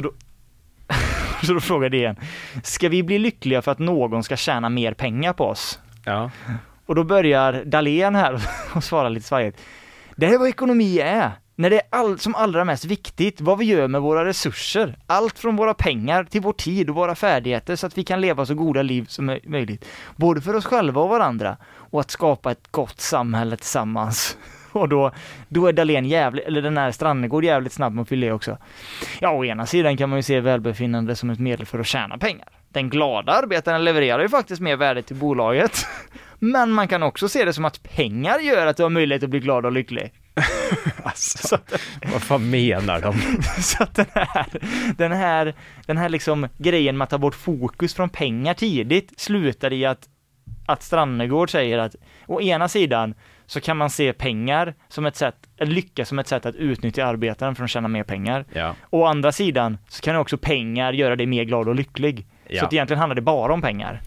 då frågar DN, ska vi bli lyckliga för att någon ska tjäna mer pengar på oss? Ja. Och då börjar Dahlén här och svara lite svajigt. Det är vad ekonomi är. När det är som allra mest viktigt, vad vi gör med våra resurser. Allt från våra pengar till vår tid och våra färdigheter så att vi kan leva så goda liv som möjligt. Både för oss själva och varandra. Och att skapa ett gott samhälle tillsammans. Och då är Dahlén den här Strannegård jävligt snabb med att fylla också. Ja, å ena sidan kan man ju se välbefinnande som ett medel för att tjäna pengar. Den glada arbetaren levererar ju faktiskt mer värde till bolaget. Men man kan också se det som att pengar gör att du har möjlighet att bli glad och lycklig. Alltså, vad fan menar de? Så att den här liksom grejen med att ta bort fokus från pengar tidigt slutar i att Strannegård säger att å ena sidan så kan man se pengar som ett sätt, lycka som ett sätt att utnyttja arbetaren för att tjäna mer pengar. Ja. Och å andra sidan så kan också pengar göra dig mer glad och lycklig. Ja. Så att egentligen handlar det bara om pengar.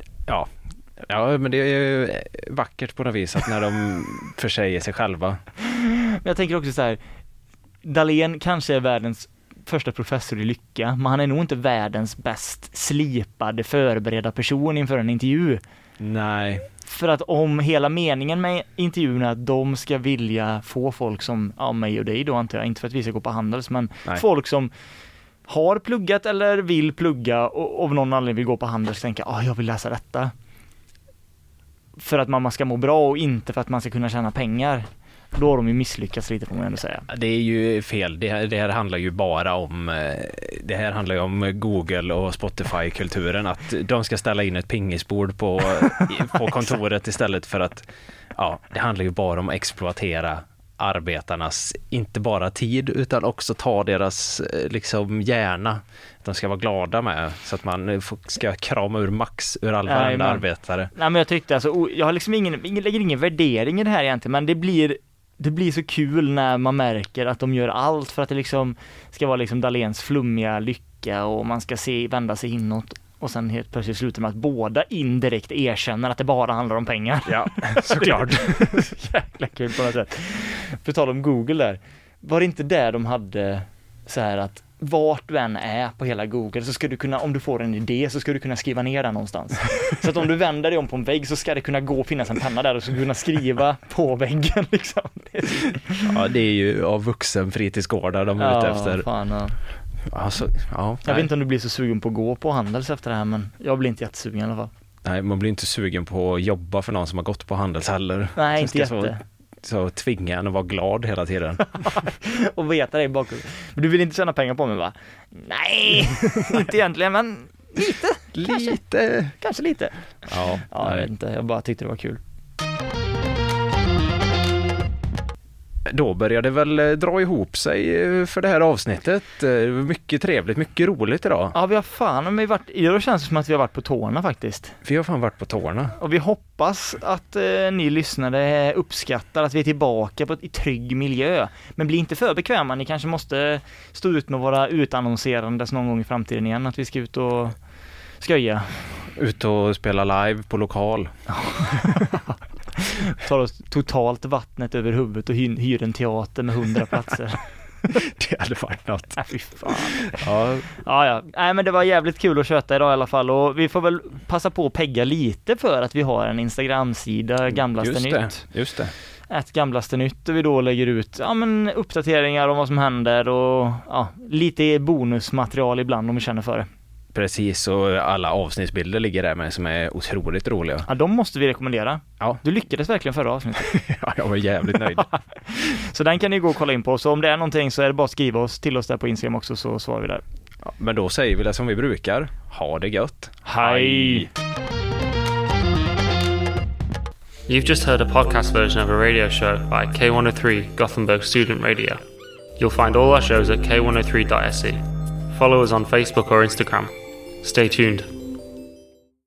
Ja, men det är ju vackert på något vis att när de försäger sig själva. Men jag tänker också så här, Dahlén kanske är världens första professor i lycka, men han är nog inte världens bäst slipade, förberedda person inför en intervju. Nej. För att om hela meningen med intervjun är att de ska vilja få folk som mig och dig då, antar jag, inte för att vi ska gå på Handels, men folk som har pluggat eller vill plugga och av någon anledning vill gå på Handels och tänka, jag vill läsa detta. För att man ska må bra och inte för att man ska kunna tjäna pengar. Då har de ju misslyckats lite, får man ändå säga. Det är ju fel. Det här handlar ju bara om Google och Spotify-kulturen. Att de ska ställa in ett pingisbord på kontoret istället för att det handlar ju bara om att exploatera arbetarnas, inte bara tid utan också ta deras liksom hjärna. De ska vara glada med så att man ska krama ur max ur alla arbetare. Nej, men jag tyckte alltså, jag har liksom lägger ingen värdering i det här egentligen, men det blir så kul när man märker att de gör allt för att det liksom ska vara liksom Dahléns flummiga lycka och man ska vända sig inåt. Och sen helt plötsligt slutar med att båda indirekt erkänner att det bara handlar om pengar. Ja, såklart. Jäkla kul på något sätt. För tal om Google där. Var det inte där de hade så här att vart du än är på hela Google så ska du kunna, om du får en idé så ska du kunna skriva ner den någonstans. Så att om du vänder dig om på en vägg så ska det kunna finnas en penna där och så kunna skriva på väggen liksom. Ja, det är ju av vuxen fritidsgårdar de är ute efter. Fan, ja. Alltså, jag vet inte om du blir så sugen på att gå på Handels efter det här, men jag blir inte jättesugen i alla fall. Nej, man blir inte sugen på att jobba för någon som har gått på Handels heller. Nej, inte jätte. Så tvinga en att vara glad hela tiden. Och veta det i bakgrunden. Men du vill inte tjäna pengar på mig, va? Nej, inte egentligen, men lite. Kanske lite. Ja, jag vet inte. Jag bara tyckte det var kul. Då började det väl dra ihop sig för det här avsnittet. Mycket trevligt, mycket roligt idag. Ja, vi har fan idag känns det som att vi har varit på tårna faktiskt. Vi har fan varit på tårna. Och vi hoppas att ni lyssnare uppskattar att vi är tillbaka i trygg miljö. Men bli inte för bekväma, ni kanske måste stå ut med våra utannonserandes någon gång i framtiden igen. Att vi ska ut och sköja. Ut och spela live på lokal. Tar oss totalt vattnet över huvudet och hyr en teater med 100 platser. Det hade varit något. Fy fan. Ja. Nej, men det var jävligt kul att köta idag i alla fall. Och vi får väl passa på att pegga lite för att vi har en Instagram-sida, Gamlaste Nytt. Just det. Ett Gamlaste Nytt där vi då lägger ut uppdateringar om vad som händer och lite bonusmaterial ibland om vi känner för det. Precis, och alla avsnittsbilder ligger där med som är otroligt roliga. Ja, de måste vi rekommendera. Ja. Du lyckades verkligen förra avsnittet. Ja, jag var jävligt nöjd. Så den kan ni gå och kolla in på. Så om det är någonting så är det bara att skriva till oss där på Instagram också, så svarar vi där. Ja, men då säger vi det som vi brukar. Ha det gött. Hej! You've just heard a podcast version of a radio show by K103 Gothenburg Student Radio. You'll find all our shows at k103.se. Follow us on Facebook or Instagram. Stay tuned.